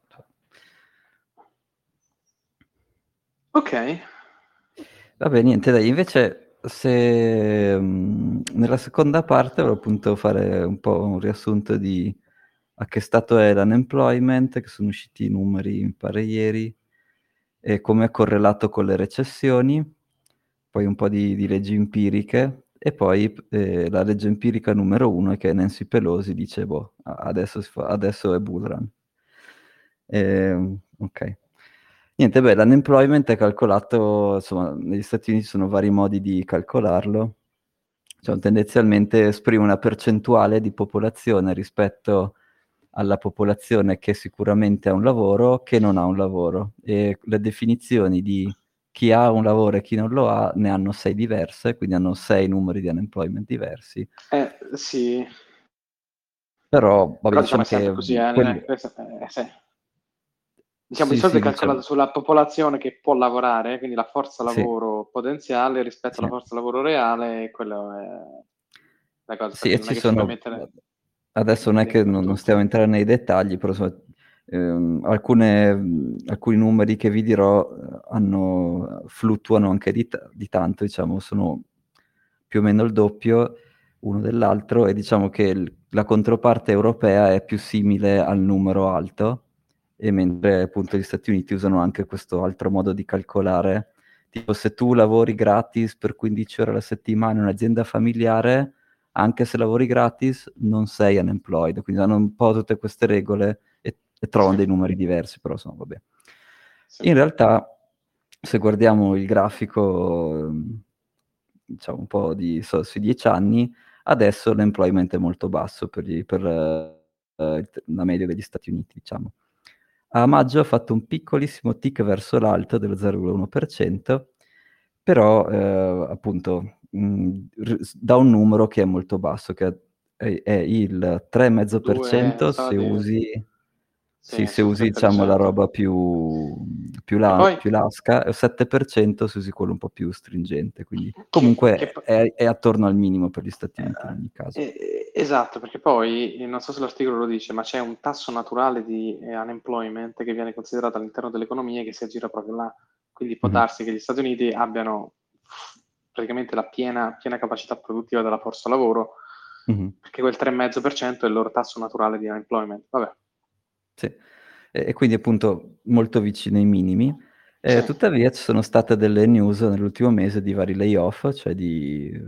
Ok, Vabbè, niente, dai, invece se mh, nella seconda parte volevo appunto fare un po' un riassunto di a che stato è l'unemployment, che sono usciti i numeri, mi pare ieri, e come è correlato con le recessioni, poi un po' di, di leggi empiriche, e poi eh, la legge empirica numero uno è che Nancy Pelosi dice, boh, adesso, si fa- adesso è bull run. Ehm, ok. Niente, beh, l'unemployment è calcolato, insomma, negli Stati Uniti ci sono vari modi di calcolarlo. Cioè, tendenzialmente esprime una percentuale di popolazione rispetto alla popolazione che sicuramente ha un lavoro, che non ha un lavoro. E le definizioni di chi ha un lavoro e chi non lo ha ne hanno sei diverse, quindi hanno sei numeri di unemployment diversi. eh, sì. Però, vabbè, Però diciamo diciamo è sempre che così, eh, non è- quelli... eh, sì. Diciamo di Sì, solito sì, è calcolato diciamo... sulla popolazione che può lavorare, quindi la forza Sì, lavoro potenziale rispetto sì. alla forza lavoro reale, e quello è la cosa, Sì, perché e non è ci che ci puoi sono... mettere Adesso non è che dentro non, non tutto. stiamo entrando nei dettagli, però insomma, ehm, alcune, alcuni numeri che vi dirò hanno, fluttuano anche di, t- di tanto, diciamo, sono più o meno il doppio uno dell'altro, e diciamo che il- la controparte europea è più simile al numero alto, e mentre appunto gli Stati Uniti usano anche questo altro modo di calcolare. Tipo, se tu lavori gratis per quindici ore alla settimana in un'azienda familiare, anche se lavori gratis, non sei unemployed. Quindi hanno un po' tutte queste regole e, e trovano Sì, dei numeri diversi, però insomma, vabbè. sì. In realtà, se guardiamo il grafico, ehm, diciamo un po' di, so, sui dieci anni, adesso l'employment è molto basso per, gli- per, eh, la media degli Stati Uniti, diciamo. A maggio ha fatto un piccolissimo tick verso l'alto dello zero virgola uno per cento, però eh, appunto mh, r- da un numero che è molto basso, che è, è il tre virgola cinque per cento Due, se stati, usi, sì, sì, se sul usi diciamo la tre per cento. roba più, più, Che la- poi, più lasca, e sette per cento se usi quello un po' più stringente, quindi che, che comunque po- è, è attorno al minimo per gli Stati Uniti in eh, ogni caso. eh, esatto, perché poi, eh, non so se l'articolo lo dice, ma c'è un tasso naturale di eh, unemployment che viene considerato all'interno dell'economia che si aggira proprio là. Quindi può Mhm. darsi che gli Stati Uniti abbiano praticamente la piena, piena capacità produttiva della forza lavoro, Mhm. perché quel tre virgola cinque per cento è il loro tasso naturale di unemployment. Vabbè, Sì, e, e quindi appunto molto vicino ai minimi. sì. Eh, tuttavia ci sono state delle news nell'ultimo mese di vari layoff, cioè di eh,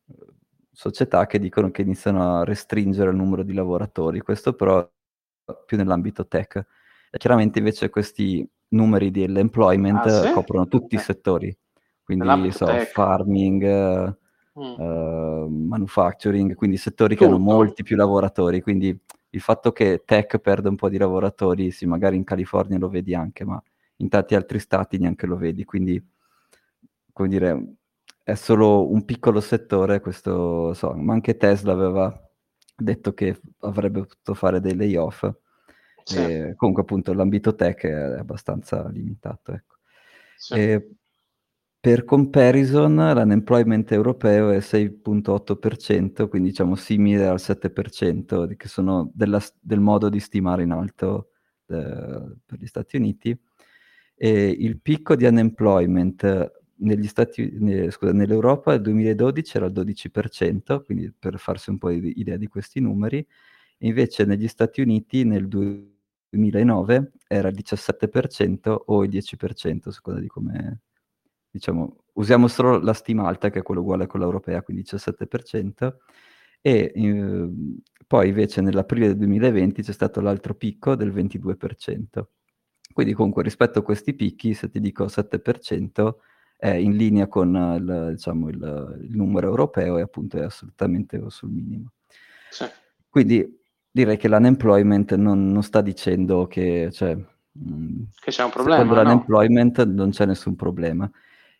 società che dicono che iniziano a restringere il numero di lavoratori, questo però più nell'ambito tech. E chiaramente invece questi numeri dell'employment Ah, sì? eh, coprono tutti i Eh, settori, quindi nell'ambito so, tech. farming, eh, Mm. eh, manufacturing, quindi settori che hanno Tutto. molti più lavoratori, quindi il fatto che tech perde un po' di lavoratori, sì, magari in California lo vedi anche, ma in tanti altri stati neanche lo vedi, quindi, come dire, è solo un piccolo settore, questo, so, ma anche Tesla aveva detto che avrebbe potuto fare dei layoff. Sì, E comunque appunto l'ambito tech è abbastanza limitato, ecco. sì. E per comparison, l'unemployment europeo è sei virgola otto per cento, quindi diciamo simile al sette per cento, di- che sono della- del modo di stimare in alto eh, per gli Stati Uniti. E il picco di unemployment negli Stati, ne- scusa, nell'Europa nel duemiladodici era il dodici per cento, quindi per farsi un po' di idea di questi numeri, e invece negli Stati Uniti nel duemilanove era il diciassette per cento o il dieci per cento, a seconda di come, diciamo, usiamo solo la stima alta, che è quella uguale a quella europea, quindi diciassette per cento, e eh, poi invece nell'aprile del duemilaventi c'è stato l'altro picco del ventidue per cento. Quindi comunque rispetto a questi picchi, se ti dico sette per cento, è in linea con eh, il, diciamo, il, il numero europeo, e appunto è assolutamente sul minimo. Sì. Quindi direi che l'unemployment non, non sta dicendo che, cioè, mh, Che c'è un secondo problema? No. l'unemployment non c'è nessun problema.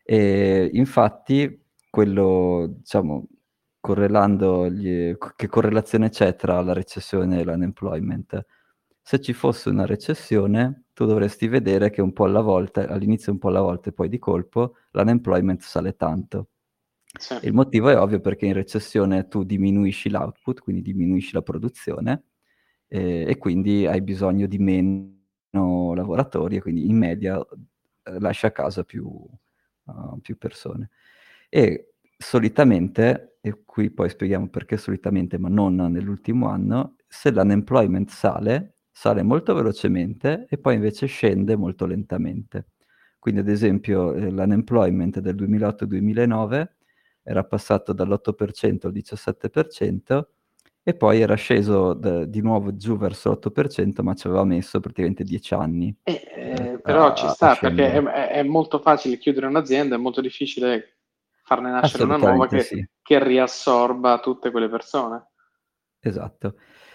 E infatti, quello, diciamo, correlando gli- che correlazione c'è tra la recessione e l'unemployment? Se ci fosse una recessione, tu dovresti vedere che un po' alla volta, all'inizio un po' alla volta e poi di colpo, l'unemployment sale tanto. Sì. E il motivo è ovvio, perché in recessione tu diminuisci l'output, quindi diminuisci la produzione, e, e quindi hai bisogno di meno lavoratori, e quindi in media eh, lasci a casa più, uh, più persone. E solitamente, e qui poi spieghiamo perché solitamente, ma non nell'ultimo anno, se l'unemployment sale, sale molto velocemente e poi invece scende molto lentamente. Quindi ad esempio eh, l'unemployment del duemilaotto-duemilanove era passato dall'otto per cento al diciassette per cento, e poi era sceso da- di nuovo giù verso l'otto per cento, ma ci aveva messo praticamente dieci anni Eh, eh, eh, però ci a, a sta, perché è, scendere. è- è molto facile chiudere un'azienda, è molto difficile farne nascere una nuova Assolutamente che, sì. che riassorba tutte quelle persone. Esatto.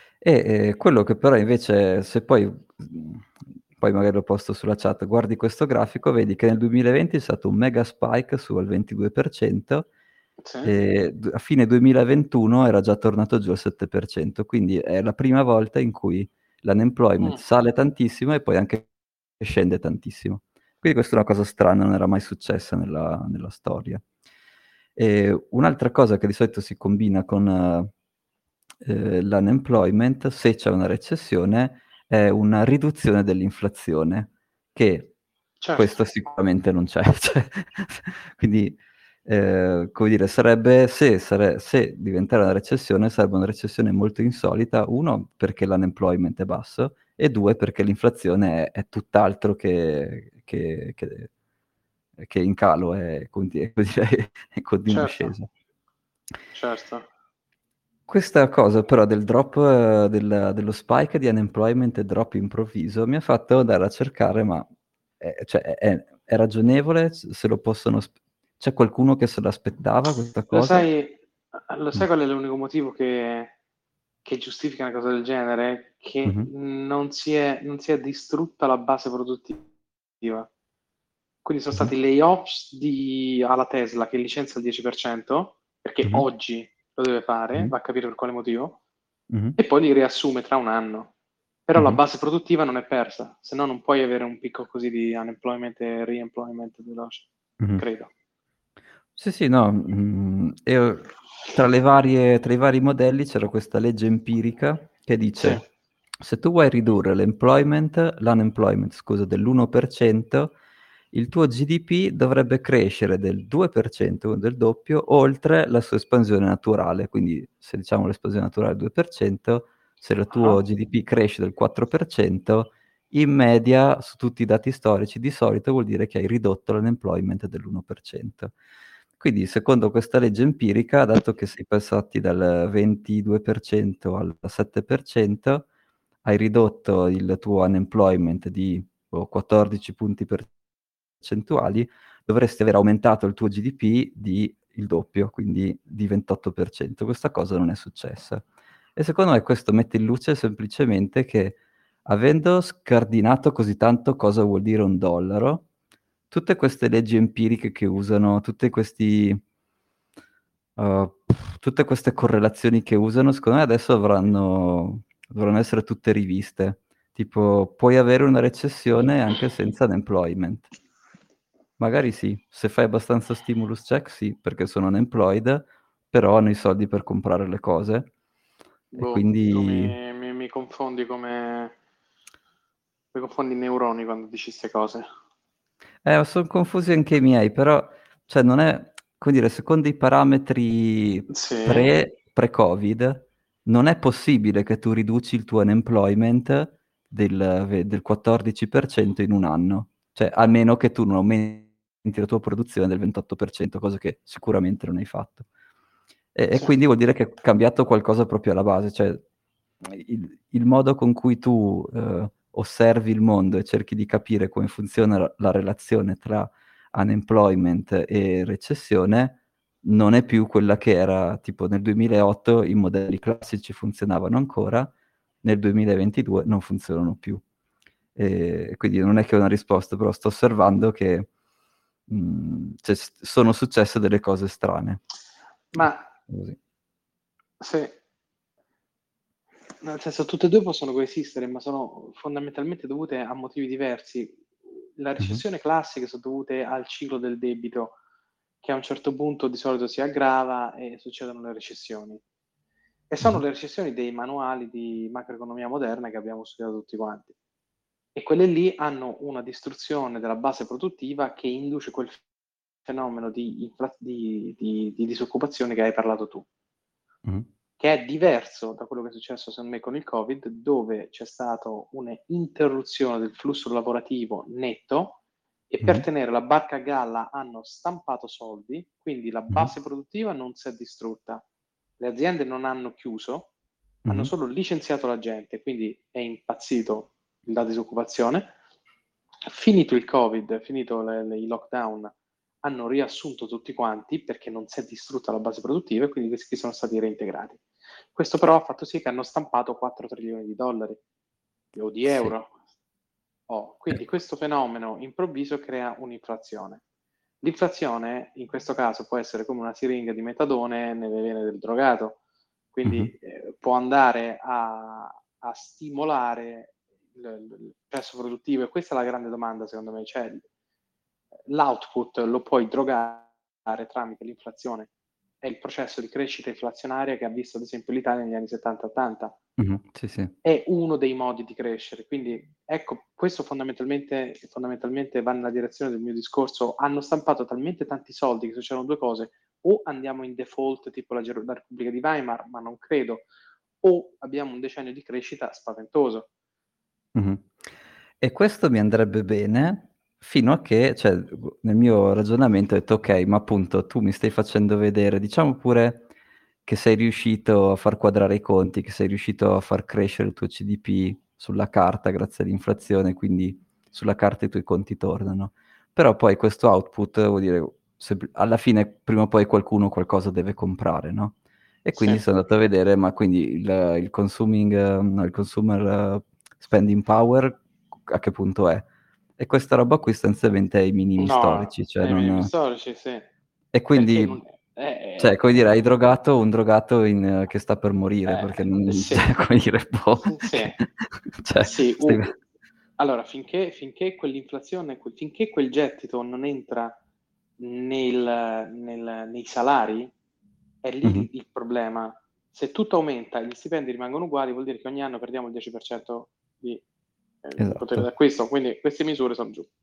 E eh, quello che però invece, se poi, mh, poi magari lo posto sulla chat, guardi questo grafico, vedi che nel duemilaventi è stato un mega spike su al ventidue per cento, Sì. e d- a fine duemilaventuno era già tornato giù al sette per cento, quindi è la prima volta in cui l'unemployment Mm. sale tantissimo e poi anche scende tantissimo. Quindi questa è una cosa strana, non era mai successa nella, nella storia. E un'altra cosa che di solito si combina con eh, eh, l'unemployment, se c'è una recessione, è una riduzione dell'inflazione, che Certo. questo sicuramente non c'è. Cioè, quindi, eh, come dire, sarebbe, se, sare- se diventare una recessione, sarebbe una recessione molto insolita, uno, perché l'unemployment è basso, e due, perché l'inflazione è, è tutt'altro che, che, che, che in calo, è, conti- è, è continua Certo. ascesa. Certo. Questa cosa però del drop, eh, del- dello spike di unemployment e drop improvviso mi ha fatto andare a cercare, ma è, cioè, è- è- è ragionevole? Se lo possono... sp- C'è qualcuno che se l'aspettava questa Lo cosa? sai, lo sai Mm. qual è l'unico motivo che, che giustifica una cosa del genere? Che Mhm. non si è, non si è distrutta la base produttiva. Quindi sono Mhm. stati layoffs di, alla Tesla che licenzia il dieci per cento, perché Mhm. oggi lo deve fare, Mhm. va a capire per quale motivo, Mhm. e poi li riassume tra un anno. Però la Mhm. base produttiva non è persa, se no non puoi avere un picco così di unemployment e re-employment veloce, Mhm. credo. Sì, sì, no. mm, e tra le varie, tra i vari modelli c'era questa legge empirica che Sì. dice: se tu vuoi ridurre l'employment, l'unemployment, scusa, dell'uno per cento, il tuo G D P dovrebbe crescere del due per cento, del doppio, oltre la sua espansione naturale. Quindi, se diciamo l'espansione naturale è il due per cento, se il tuo Ah. G D P cresce del quattro per cento, in media, su tutti i dati storici, di solito vuol dire che hai ridotto l'unemployment dell'uno per cento. Quindi, secondo questa legge empirica, dato che sei passati dal ventidue per cento al sette per cento, hai ridotto il tuo unemployment di oh, quattordici punti percentuali, dovresti aver aumentato il tuo G D P di il doppio, quindi di ventotto per cento. Questa cosa non è successa. E secondo me questo mette in luce semplicemente che, avendo scardinato così tanto cosa vuol dire un dollaro, tutte queste leggi empiriche che usano, tutti questi, uh, tutte queste correlazioni che usano, secondo me adesso avranno, dovranno essere tutte riviste. Tipo, puoi avere una recessione anche senza unemployment. Magari sì, se fai abbastanza stimulus check sì, perché sono unemployed, però hanno i soldi per comprare le cose. E Boh, tu quindi... mi, mi- mi confondi come... mi confondi i neuroni quando dici queste cose. Eh, sono confusi anche i miei, però, cioè, non è, come dire, secondo i parametri Sì, pre, pre-Covid, non è possibile che tu riduci il tuo unemployment del, ve- del quattordici per cento in un anno. Cioè, almeno che tu non aumenti la tua produzione del ventotto per cento, cosa che sicuramente non hai fatto. E, e sì, quindi vuol dire che è cambiato qualcosa proprio alla base, cioè il, il modo con cui tu eh, osservi il mondo e cerchi di capire come funziona la, la relazione tra unemployment e recessione non è più quella che era tipo nel duemilaotto, i modelli classici funzionavano ancora, nel duemilaventidue non funzionano più. E quindi non è che ho una risposta, però sto osservando che mh, cioè, s- sono successe delle cose strane. ma Così. sì, nel senso tutte e due possono coesistere, ma sono fondamentalmente dovute a motivi diversi. La Mhm. recessione classica sono dovute al ciclo del debito, che a un certo punto di solito si aggrava e succedono le recessioni. E sono Mhm. le recessioni dei manuali di macroeconomia moderna che abbiamo studiato tutti quanti. E quelle lì hanno una distruzione della base produttiva che induce quel fenomeno di, infla- di, di, di disoccupazione che hai parlato tu, Mhm. che è diverso da quello che è successo secondo me con il Covid, dove c'è stata un'interruzione del flusso lavorativo netto e per Mhm. tenere la barca a galla hanno stampato soldi, quindi la Mhm. base produttiva non si è distrutta, le aziende non hanno chiuso, hanno Mhm. solo licenziato la gente, quindi è impazzito la disoccupazione. Finito il Covid, finito le, le, i lockdown, hanno riassunto tutti quanti perché non si è distrutta la base produttiva e quindi questi sono stati reintegrati. Questo però ha fatto sì che hanno stampato quattro trilioni di dollari o di Sì. euro. Oh, quindi Eh, questo fenomeno improvviso crea un'inflazione. L'inflazione in questo caso può essere come una siringa di metadone nelle vene del drogato, quindi mhm. eh, può andare a, a stimolare il, il processo produttivo e questa è la grande domanda secondo me, cioè l'output lo puoi drogare tramite l'inflazione. È il processo di crescita inflazionaria che ha visto ad esempio l'Italia negli anni settanta ottanta. Mm-hmm. Sì, sì. È uno dei modi di crescere. Quindi ecco, questo fondamentalmente, fondamentalmente va nella direzione del mio discorso. Hanno stampato talmente tanti soldi che succedono due cose: o andiamo in default tipo la, la Repubblica di Weimar, ma non credo, o abbiamo un decennio di crescita spaventoso. Mm-hmm. E questo mi andrebbe bene fino a che, cioè, nel mio ragionamento ho detto, ok, ma appunto tu mi stai facendo vedere, diciamo pure che sei riuscito a far quadrare i conti, che sei riuscito a far crescere il tuo C D P sulla carta grazie all'inflazione, quindi sulla carta i tuoi conti tornano. Però poi questo output vuol dire, se, alla fine prima o poi qualcuno qualcosa deve comprare, no? E quindi Sì. sono andato a vedere, ma quindi il, il consuming, uh, no, il consumer uh, spending power a che punto è? E questa roba qui sostanzialmente è ai minimi No, storici, cioè ai minimi non... storici, sì. E Perché quindi, non è... cioè, come dire, hai drogato un drogato in, che sta per morire, perché non... Eh, sì, Cioè, come dire, boh, sì, cioè, sì. stai... Uh, allora, finché, finché quell'inflazione, finché quel gettito non entra nel, nel, nei salari, è lì Mhm. il, il problema. Se tutto aumenta e gli stipendi rimangono uguali, vuol dire che ogni anno perdiamo il dieci per cento di, eh, di potere Esatto. d'acquisto, quindi queste misure sono giù.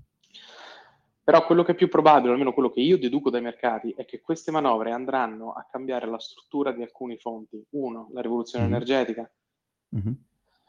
Però quello che è più probabile, almeno quello che io deduco dai mercati, è che queste manovre andranno a cambiare la struttura di alcuni fonti. Uno, la rivoluzione Mhm. energetica. Mhm.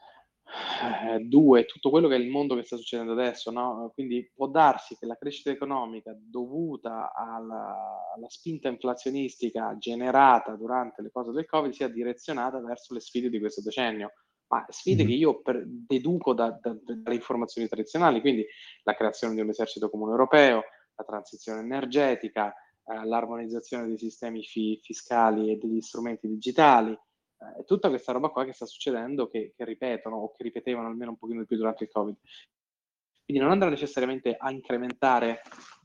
Eh, due, tutto quello che è il mondo che sta succedendo adesso, no? Quindi può darsi che la crescita economica dovuta alla, alla spinta inflazionistica generata durante le cose del Covid sia direzionata verso le sfide di questo decennio, ma sfide Mhm. che io per, deduco da, da, dalle informazioni tradizionali, quindi la creazione di un esercito comune europeo, la transizione energetica, eh, l'armonizzazione dei sistemi fi- fiscali e degli strumenti digitali, eh, tutta questa roba qua che sta succedendo, che, che ripetono o che ripetevano almeno un pochino di più durante il Covid. Quindi non andrà necessariamente a incrementare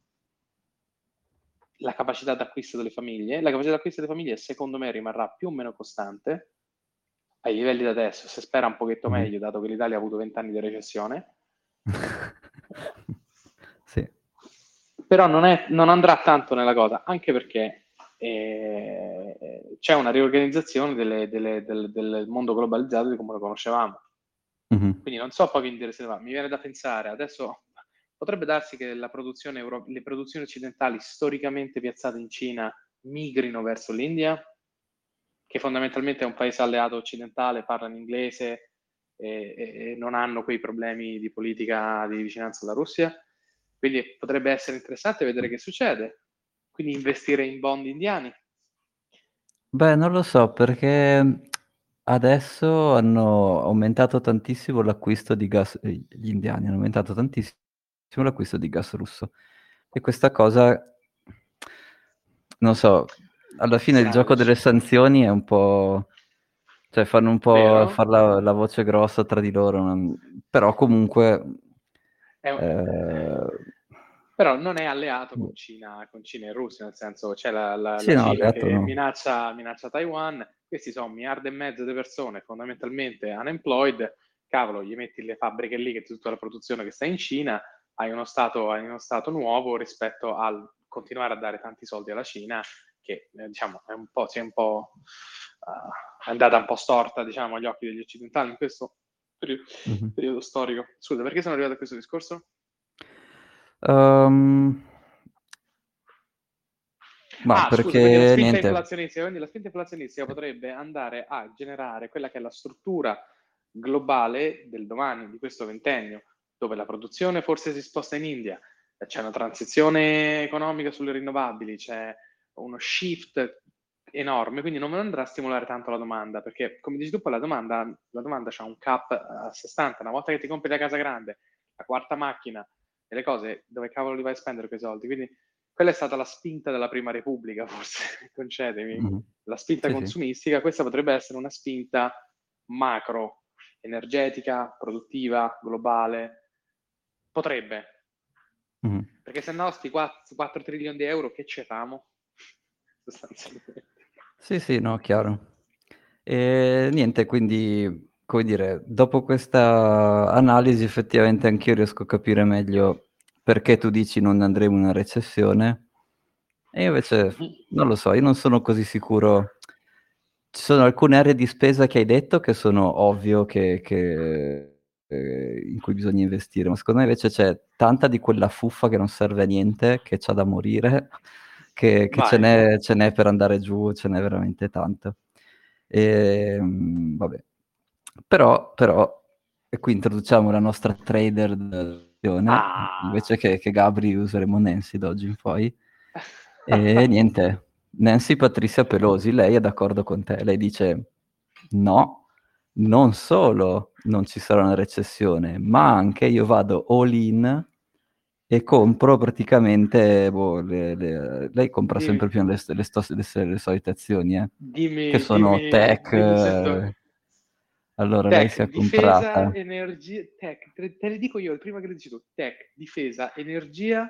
la capacità d'acquisto delle famiglie. La capacità d'acquisto delle famiglie, secondo me, rimarrà più o meno costante ai livelli da adesso, se spera un pochetto Mhm. meglio, dato che l'Italia ha avuto vent'anni di recessione. Sì. Però non, è, non andrà tanto nella cosa, anche perché eh, c'è una riorganizzazione delle, delle, del, del mondo globalizzato di come lo conoscevamo. Mhm. Quindi non so poi che interesse va. Mi viene da pensare, adesso potrebbe darsi che la produzione euro- le produzioni occidentali storicamente piazzate in Cina migrino verso l'India, che fondamentalmente è un paese alleato occidentale, parlano inglese e, e, e non hanno quei problemi di politica di vicinanza alla Russia. Quindi potrebbe essere interessante vedere che succede. Quindi investire in bond indiani. Beh, non lo so, perché adesso hanno aumentato tantissimo l'acquisto di gas, eh, gli indiani hanno aumentato tantissimo l'acquisto di gas russo. E questa cosa, non so, alla fine il gioco delle Strategy. sanzioni è un po'... Cioè fanno un po' Vero? far la, la voce grossa tra di loro, non- però comunque... È un- eh, Però non è alleato con Cina, con Cina e Russia, nel senso c'è la, la, Sì, la no, Cina alleato che no. minaccia, minaccia Taiwan, questi sono un miliardo e mezzo di persone fondamentalmente unemployed, cavolo, gli metti le fabbriche lì, che tutta la produzione che sta in Cina, hai uno stato, hai uno stato nuovo rispetto al continuare a dare tanti soldi alla Cina, che eh, diciamo è un po', si è un po' uh, è andata un po' storta, diciamo, agli occhi degli occidentali in questo periodo, Mhm. periodo storico. Scusa, perché sono arrivato a questo discorso? Ehm, ma Ah, scusa, quindi la perché spinta niente. inflazionistica, quindi la spinta inflazionistica potrebbe andare a generare quella che è la struttura globale del domani, di questo ventennio, dove la produzione forse si sposta in India, c'è una transizione economica sulle rinnovabili, c'è uno shift enorme, quindi non andrà a stimolare tanto la domanda, perché come dici tu, poi la domanda, la domanda c'ha un cap a sé stante, una volta che ti compri la casa grande, la quarta macchina e le cose, dove cavolo li vai a spendere quei soldi? Quindi quella è stata la spinta della Prima Repubblica, forse, concedemi, Mhm. la spinta Sì, sì. consumistica, questa potrebbe essere una spinta macro, energetica, produttiva, globale, potrebbe, Mhm. perché se no sti quattro trilioni di euro che ci famo? Sostanzialmente. Sì, sì, no, chiaro. E niente, quindi, come dire, dopo questa analisi effettivamente anch'io riesco a capire meglio perché tu dici non andremo in una recessione e io invece Mhm. non lo so, io non sono così sicuro ci sono alcune aree di spesa che hai detto che sono ovvio che, che, eh, in cui bisogna investire, ma secondo me invece c'è tanta di quella fuffa che non serve a niente, che c'ha da morire, che, che ce Vai. n'è, ce n'è per andare giù, ce n'è veramente tanto. E, mh, vabbè. Però, però, e qui introduciamo la nostra trader dell'azione, Ah. invece che, che Gabri useremo Nancy da oggi in poi. E niente, Nancy Patrizia Pelosi, lei è d'accordo con te, lei dice no, non solo non ci sarà una recessione, ma anche io vado all in e compro praticamente, boh, le- le- lei compra Dimmi, sempre più le, le, sto- le- le solite azioni, eh, che dimmi, sono dimmi, tech. dimmi il settore. eh, Allora, lei si Tech, è difesa, comprata. energia, tech, te, te le dico io, prima che le dici tu, tech, difesa, energia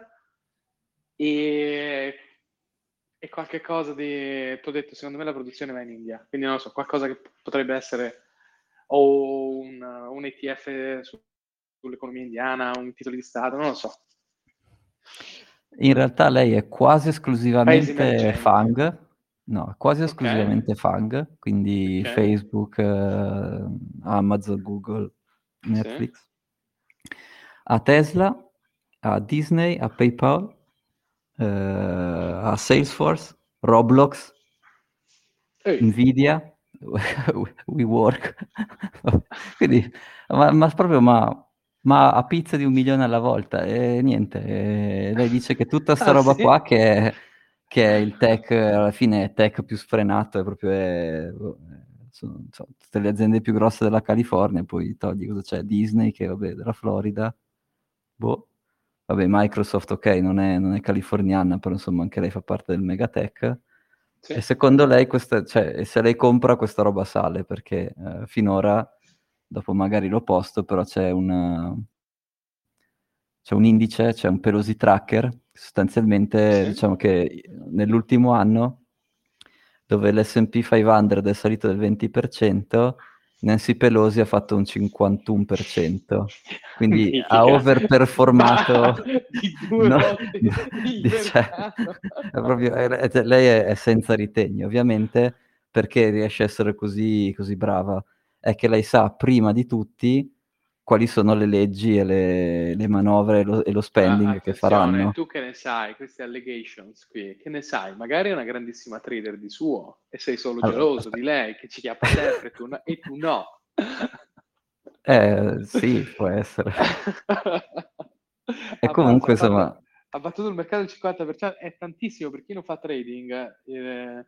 e, e qualche cosa di, ti ho detto, secondo me la produzione va in India, quindi non lo so, qualcosa che potrebbe essere o un, un E T F su, sull'economia indiana, un titolo di Stato, non lo so. In realtà lei è quasi Paesi esclusivamente emergenti. FANG, no, quasi Ok, esclusivamente FANG, quindi ok, Facebook, eh, Amazon, Google, sì. Netflix. A Tesla, a Disney, a PayPal, eh, a Salesforce, Roblox, Ehi. Nvidia, WeWork. Quindi, ma, ma proprio ma, ma a pizza di un milione alla volta e niente. E lei dice che tutta sta Ah, roba sì? qua che è, che è il tech, alla fine è tech più sfrenato, è proprio è- boh, sono, sono tutte le aziende più grosse della California, poi togli cosa c'è, Disney che vabbè della Florida, boh. Vabbè, Microsoft ok, non è, non è californiana, però insomma anche lei fa parte del megatech. Sì. E secondo lei, questa, cioè, se lei compra questa roba sale, perché eh, finora, dopo magari l'ho posto, però c'è un, c'è un indice, c'è un Pelosi tracker, sostanzialmente Sì. diciamo che nell'ultimo anno, dove l'S and P cinquecento è salito del venti per cento, Nancy Pelosi ha fatto un cinquantuno per cento, quindi ha Mitica. overperformato. Ma di due No, volte il di- cioè, mercato. è proprio- è- è- lei è, è senza ritegno, ovviamente, perché riesce a essere così, così brava. È che lei sa prima di tutti quali sono le leggi e le, le manovre e lo, e lo Ah, spending che attenzione, faranno. tu che ne sai, queste allegations qui, che ne sai? Magari è una grandissima trader di suo e sei solo Allora, geloso di aspetta. lei che ci chiappa sempre e tu no. E tu no. Eh, sì, può essere. E Ammazza, comunque, ha fatto, insomma, ha battuto il mercato del cinquanta per cento, è tantissimo per chi non fa trading. eh,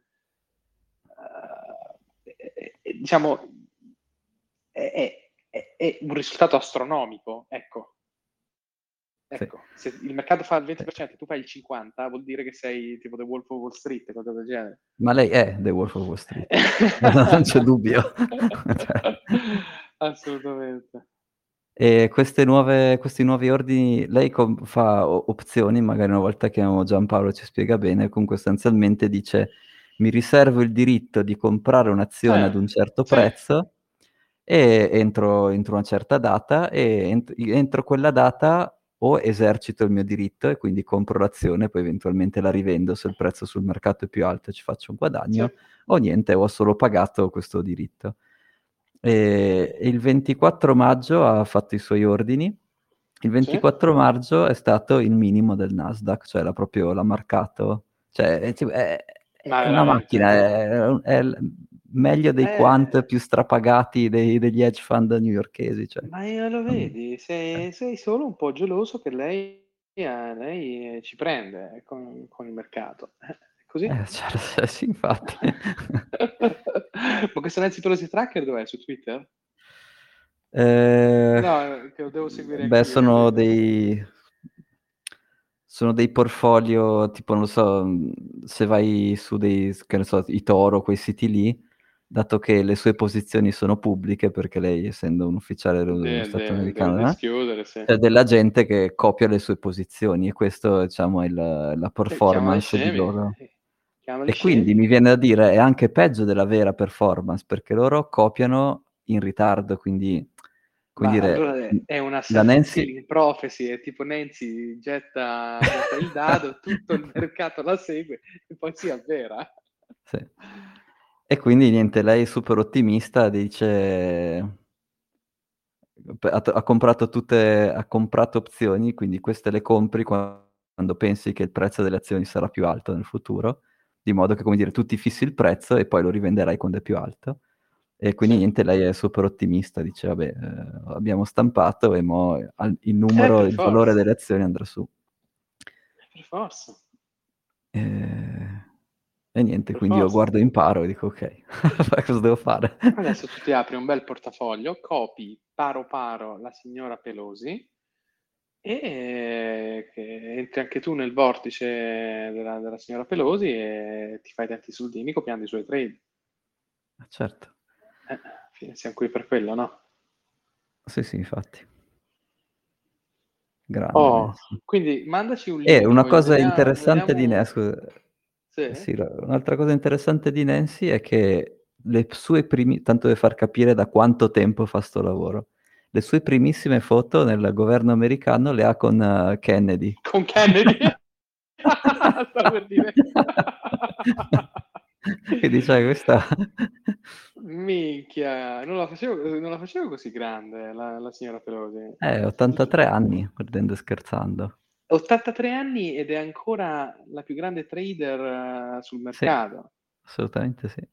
eh, eh, diciamo, è, è- è- è un risultato astronomico, ecco. sì. Ecco, se il mercato fa il venti Sì. per cento e tu fai il cinquanta per cento, vuol dire che sei tipo The Wolf of Wall Street, qualcosa del genere. Ma lei è The Wolf of Wall Street, non c'è dubbio. Cioè, Assolutamente. e queste nuove, questi nuovi ordini, lei com- fa o- opzioni, magari una volta che Giampaolo ci spiega bene, comunque sostanzialmente dice mi riservo il diritto di comprare un'azione ad Eh, un certo sì, prezzo e entro, entro una certa data e ent- entro quella data o esercito il mio diritto e quindi compro l'azione, poi eventualmente la rivendo se il prezzo sul mercato è più alto e ci faccio un sì, guadagno, o niente, ho solo pagato questo diritto. E il ventiquattro maggio ha fatto i suoi ordini. Il sì. ventiquattro maggio è stato il minimo del Nasdaq, cioè l'ha proprio l'ha marcato. Cioè, è, tipo- è- Ma è una macchina, veramente. è, è l- meglio dei Eh, quant più strapagati dei- degli hedge fund newyorkesi. Cioè. ma io lo Um, vedi, sei, sei solo un po' geloso che lei, eh, lei ci prende con, con il mercato. Eh, è così? eh, cioè, sì, infatti. Ma questo Nancy Pelosi Tracker dov'è? Su Twitter? Eh, No, che lo devo seguire beh, anch'io, sono capito? dei, sono dei portfolio, tipo, non lo so, mh, se vai su dei, che ne so, i Toro, quei siti lì, dato che le sue posizioni sono pubbliche, perché lei, essendo un ufficiale dello, dello De- Stato de- devo americano, eh, dischiudere, sì. c'è della gente che copia le sue posizioni e questo, diciamo, è il- la Eh, chiamali performance di scemi. loro. Eh, Chiamali E quindi scemi. mi viene da dire è anche peggio della vera performance perché loro copiano in ritardo, quindi come Ma dire, allora è è una la Nancy, self-fulfilling prophecy, è tipo Nancy getta, getta il dado, tutto il mercato la segue e poi si avvera. sì. E quindi niente, lei è super ottimista, dice ha, ha comprato tutte, ha comprato opzioni, quindi queste le compri quando pensi che il prezzo delle azioni sarà più alto nel futuro, di modo che, come dire, tu ti fissi il prezzo e poi lo rivenderai quando è più alto. E quindi Sì. niente, lei è super ottimista, dice, vabbè, eh, abbiamo stampato e mo al- il Eh, numero, per il valore forza, delle azioni andrà su. per forza, E, e niente, per quindi io forza. guardo e imparo e dico, ok, cosa devo fare? Adesso tu ti apri un bel portafoglio, copi paro paro la signora Pelosi e che entri anche tu nel vortice della, della signora Pelosi e ti fai tanti soldini copiando i suoi trade. Certo, Eh, fine, siamo qui per quello, no? sì, sì, infatti. Grande Oh, Nancy. quindi mandaci un E link, una voglio- cosa vediamo, interessante di vediamo... Nancy, scusa, Sì? sì, la- un'altra cosa interessante di Nancy è che le sue primi, tanto per far capire da quanto tempo fa sto lavoro, le sue primissime foto nel governo americano le ha con eh, Kennedy. Con Kennedy? Stavo per dire. Quindi c'è questa... Minchia, non la facevo, non la facevo così grande la, la signora Pelosi. Eh, ottantatré anni, ridendo e scherzando. ottantatré anni ed è ancora la più grande trader eh, sul Sì, mercato. assolutamente sì.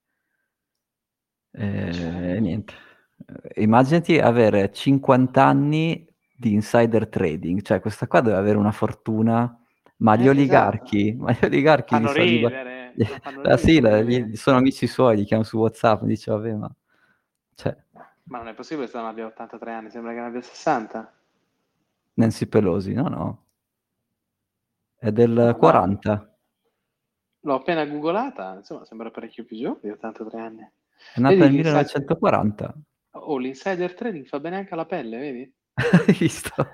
Cioè, E niente. Eh, Immaginati avere cinquanta anni di insider trading, cioè questa qua deve avere una fortuna, ma gli eh, esatto. oligarchi, ma gli oligarchi gli Fanno sono... Gli, ridere, gli- ma fanno ah, sì, la- ridere. gli- sono amici suoi, li chiamo su WhatsApp, mi dice, vabbè, ma... Cioè, Ma non è possibile che non abbia ottantatré anni, sembra che ne abbia sessanta. Nancy Pelosi, no, no, è del No, quaranta, l'ho appena googolata, insomma, sembra parecchio più giovane di ottantatré anni. è nata Vedi, nel l'insider, millenovecentoquaranta. oh, l'insider trading fa bene anche alla pelle, vedi? Hai visto?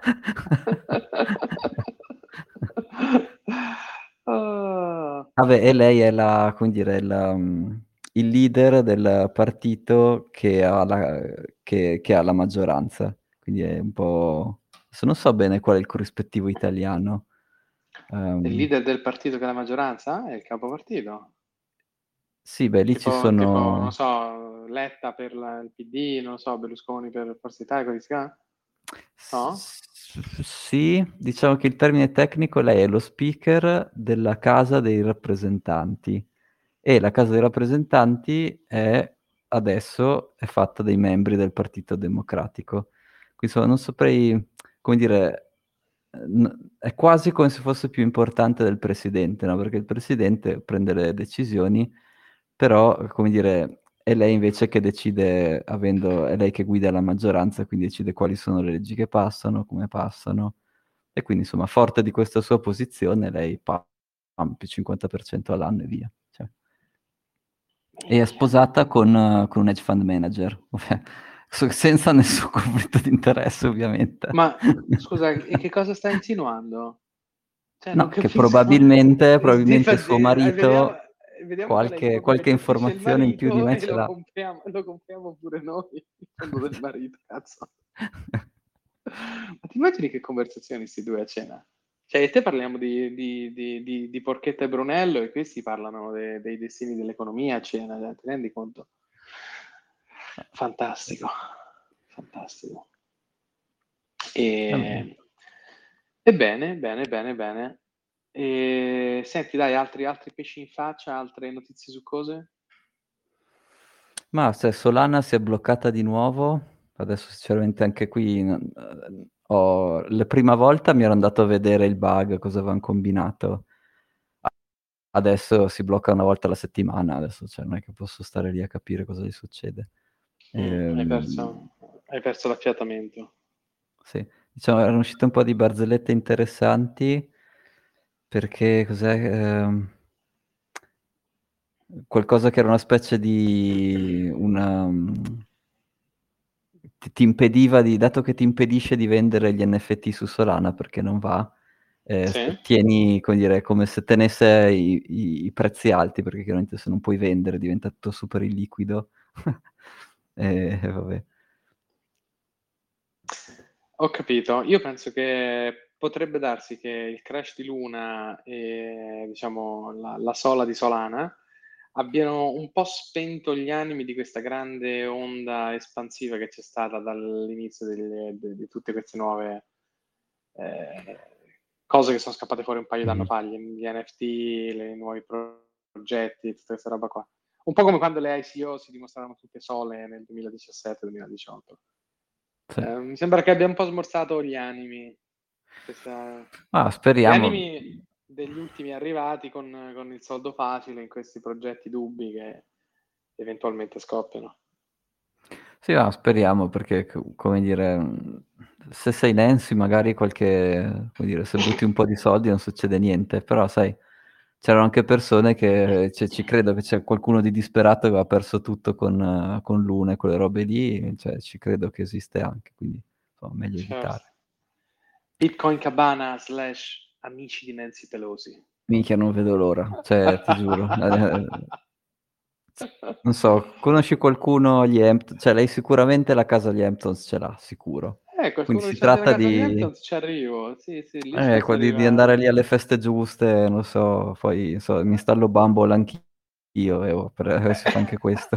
Oh. Vabbè, e lei è la, come dire, la, mm, il leader del partito che ha la, che, che ha la maggioranza. Quindi è un po'... adesso non so bene qual è il corrispettivo italiano. Il Ehm, leader del partito che ha la maggioranza è il capopartito. sì, beh, lì ci Tipo, tipo, non sono... so, Letta per la- il P D, non so, Berlusconi per Forza Italia, così si chiama? No? S- Sì, diciamo che il termine tecnico, lei è lo speaker della Casa dei Rappresentanti e la Casa dei Rappresentanti è adesso è fatta dai membri del Partito Democratico. Quindi insomma, non saprei, come dire, eh, n- è quasi come se fosse più importante del presidente, no? Perché il presidente prende le decisioni, però, come dire, è lei invece che decide, avendo, è lei che guida la maggioranza, quindi decide quali sono le leggi che passano, come passano. E quindi, insomma, forte di questa sua posizione, lei pam, pam, più cinquanta per cento all'anno e via. Cioè. E è Minchia. sposata con, eh, con un hedge fund manager, so- senza nessun conflitto di interesse, ovviamente. Ma scusa, e che cosa stai insinuando? Cioè, non No, che capisco. probabilmente, Ti probabilmente fa- suo eh, Vediamo, marito vediamo qual è il qualche, fondo che qualche gestisce il informazione in più di marito me e ce lo l'ha. compriamo, lo compriamo pure noi, il fondo del marito, cazzo. Ma ti immagini che conversazioni questi due a cena? Cioè, e te parliamo di, di, di, di, di Porchetta e Brunello e questi parlano de- dei destini dell'economia a cena, cioè, ti rendi conto? Fantastico, fantastico. Vabbè. E... Ebbene, bene, bene, bene. E... Senti, dai, altri, altri pesci in faccia, altre notizie su cose? Ma se Solana si è bloccata di nuovo, adesso sinceramente anche qui non- eh, ho- la prima volta mi ero andato a vedere il bug, cosa avevano combinato. Adesso si blocca una volta alla settimana, adesso cioè, non è che posso stare lì a capire cosa gli succede. Mm, hai Ehm, perso, hai perso l'affiatamento. sì, diciamo, erano uscite un po' di barzellette interessanti perché cos'è? Ehm, qualcosa che era una specie di una, mm, ti, ti impediva di, dato che ti impedisce di vendere gli N F T su Solana perché non va, eh, Sì? st- tieni, come dire, come se tenesse i, i- i prezzi alti, perché chiaramente se non puoi vendere diventa tutto super illiquido. E vabbè. Ho capito. Io penso che potrebbe darsi che il crash di Luna e diciamo la, la sola di Solana abbiano un po' spento gli animi di questa grande onda espansiva che c'è stata dall'inizio delle, de, di tutte queste nuove eh, cose che sono scappate fuori un paio Mhm. d'anni fa, gli, gli N F T, i nuovi progetti, tutta questa roba qua. Un po' come quando le I C O si dimostrarono tutte sole nel duemiladiciassette duemiladiciotto. Sì. Eh, mi sembra che abbia un po' smorzato gli animi. Questa... Ah, Gli speriamo. animi degli ultimi arrivati con, con il soldo facile in questi progetti dubbi che eventualmente scoppiano. Sì, ah, speriamo perché, co- come dire, mh, se sei Nancy magari qualche, come dire, se butti un po' di soldi non succede niente, però sai, c'erano anche persone che, cioè, ci credo che c'è qualcuno di disperato che aveva perso tutto con, eh, con Luna e quelle robe lì, cioè ci credo che esiste anche, quindi insomma, meglio Certo. evitare. Bitcoin Cabana slash amici di Nancy Pelosi. Minchia, non vedo l'ora, cioè ti giuro. Eh, non so, conosci qualcuno agli Hamptons? Cioè lei sicuramente la casa agli Hamptons ce l'ha, sicuro. Eh, Quindi qualcuno si che c'ha della tratta casa agli di... Hamptons, ci arrivo. Sì, sì, lì ci Eh, posso quelli di arrivare. andare lì alle feste giuste, non so, poi non so, mi installo Bumble anch'io, e oh, per, eh, si fa anche questo.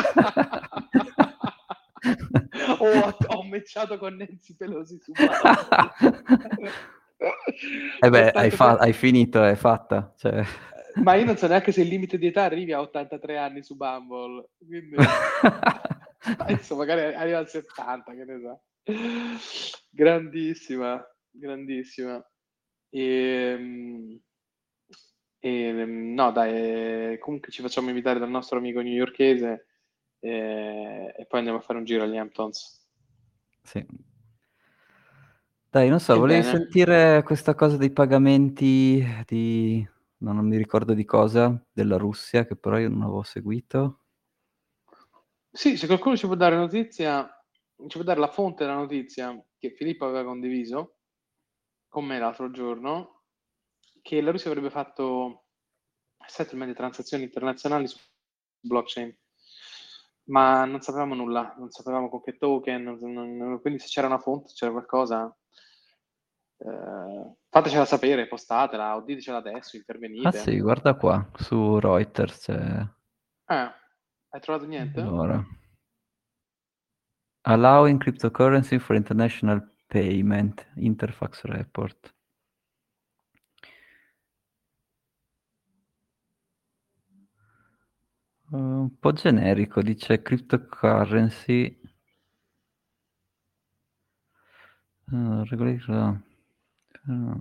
Oh, ho, ho matchato con Nancy Pelosi su Bumble. Eh beh, hai, fa- ottantatré hai finito, è fatta. Cioè... Ma io non so neanche se il limite di età arrivi a ottantatré anni su Bumble, quindi penso magari arriva al settanta, che ne so. Grandissima, grandissima. E, e, no, dai, comunque ci facciamo invitare dal nostro amico newyorkese e, e poi andiamo a fare un giro agli Hamptons. Sì. Dai, non so, volevi Ebbene. sentire questa cosa dei pagamenti di... no, non mi ricordo di cosa, della Russia, che però io non avevo seguito. Sì, se qualcuno ci può dare notizia, ci può dare la fonte della notizia che Filippo aveva condiviso con me l'altro giorno, che la Russia avrebbe fatto settlement di transazioni internazionali su blockchain, ma non sapevamo nulla, non sapevamo con che token, non- non- quindi se c'era una fonte, c'era qualcosa, eh, fatecela sapere, postatela o ditecela adesso, Ah sì, intervenite. guarda qua, su Reuters c'è... Eh, hai trovato niente? Allora, allowing cryptocurrency for international payment, Interfax report. Uh, un po' generico, dice cryptocurrency. Uh, regolate- uh,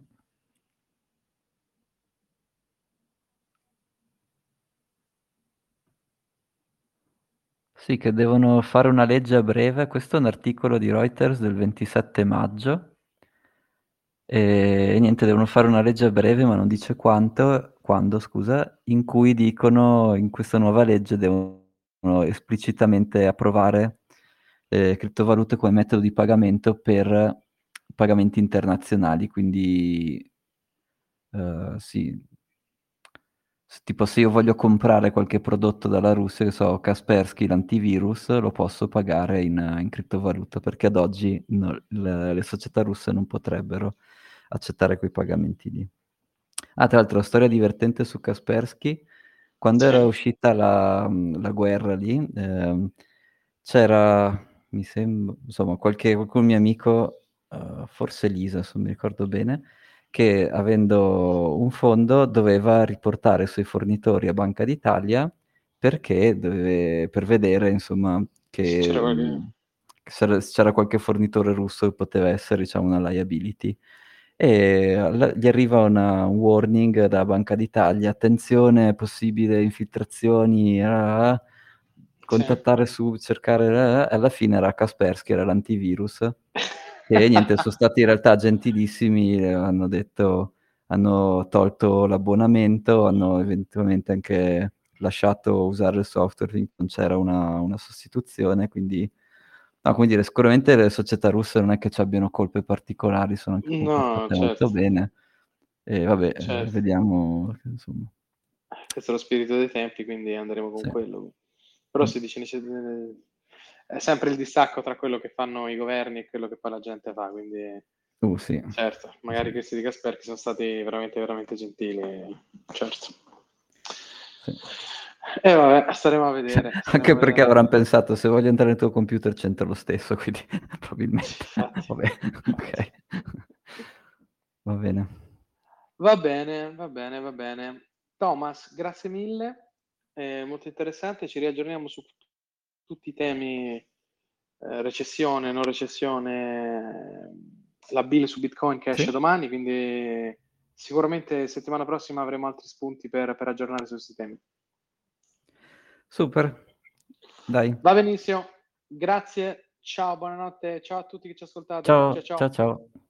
Sì, che devono fare una legge a breve. Questo è un articolo di Reuters del ventisette maggio. E niente, devono fare una legge a breve, ma non dice quanto, quando, scusa, in cui dicono in questa nuova legge devono esplicitamente approvare eh, criptovalute come metodo di pagamento per pagamenti internazionali. Quindi eh, sì, S- tipo se io voglio comprare qualche prodotto dalla Russia, che so, Kaspersky, l'antivirus, lo posso pagare in, in criptovaluta, perché ad oggi no, le, le società russe non potrebbero accettare quei pagamenti lì. Ah, tra l'altro, storia divertente su Kaspersky, quando Sì. era uscita la, la guerra lì, ehm, c'era, mi sembra, insomma, qualche, qualche mio amico, eh, forse Lisa, se non mi ricordo bene, che avendo un fondo doveva riportare i suoi fornitori a Banca d'Italia perché doveva, per vedere, insomma, Se c'era che, qualche... mh, che c'era, c'era qualche fornitore russo che poteva essere, diciamo, una liability. E alla- gli arriva una- un warning da Banca d'Italia, attenzione, possibile infiltrazioni, ah, Sì. contattare su, cercare, ah, e alla fine era Kaspersky, era l'antivirus, e niente, sono stati in realtà gentilissimi, eh, hanno detto, hanno tolto l'abbonamento, hanno eventualmente anche lasciato usare il software finché non c'era una, una sostituzione, quindi no, come dire, sicuramente le società russe non è che ci abbiano colpe particolari, sono anche No, comportate molto certo, bene. E vabbè, eh, certo. vediamo, insomma. Questo è lo spirito dei tempi, quindi andremo con Sì. quello. Però Mm. si dice, è sempre il distacco tra quello che fanno i governi e quello che poi la gente fa, quindi Uh, sì. certo, magari Sì. questi di Kaspersky sono stati veramente, veramente gentili, certo. Sì. E eh, vabbè, staremo a vedere. Staremo Anche a perché vedere. avranno pensato, se voglio entrare nel tuo computer c'entra lo stesso, quindi probabilmente. Infatti. Vabbè, ok. Va bene. Va bene, va bene, va bene. Thomas, grazie mille, è molto interessante, ci riaggiorniamo su tutti i temi, eh, recessione, non recessione, la bill su Bitcoin che esce Sì. domani, quindi sicuramente settimana prossima avremo altri spunti per, per aggiornare su questi temi. Super, dai. Va benissimo, grazie, ciao, buonanotte, ciao a tutti che ci ascoltate. Ciao, Ciao, ciao. ciao, ciao.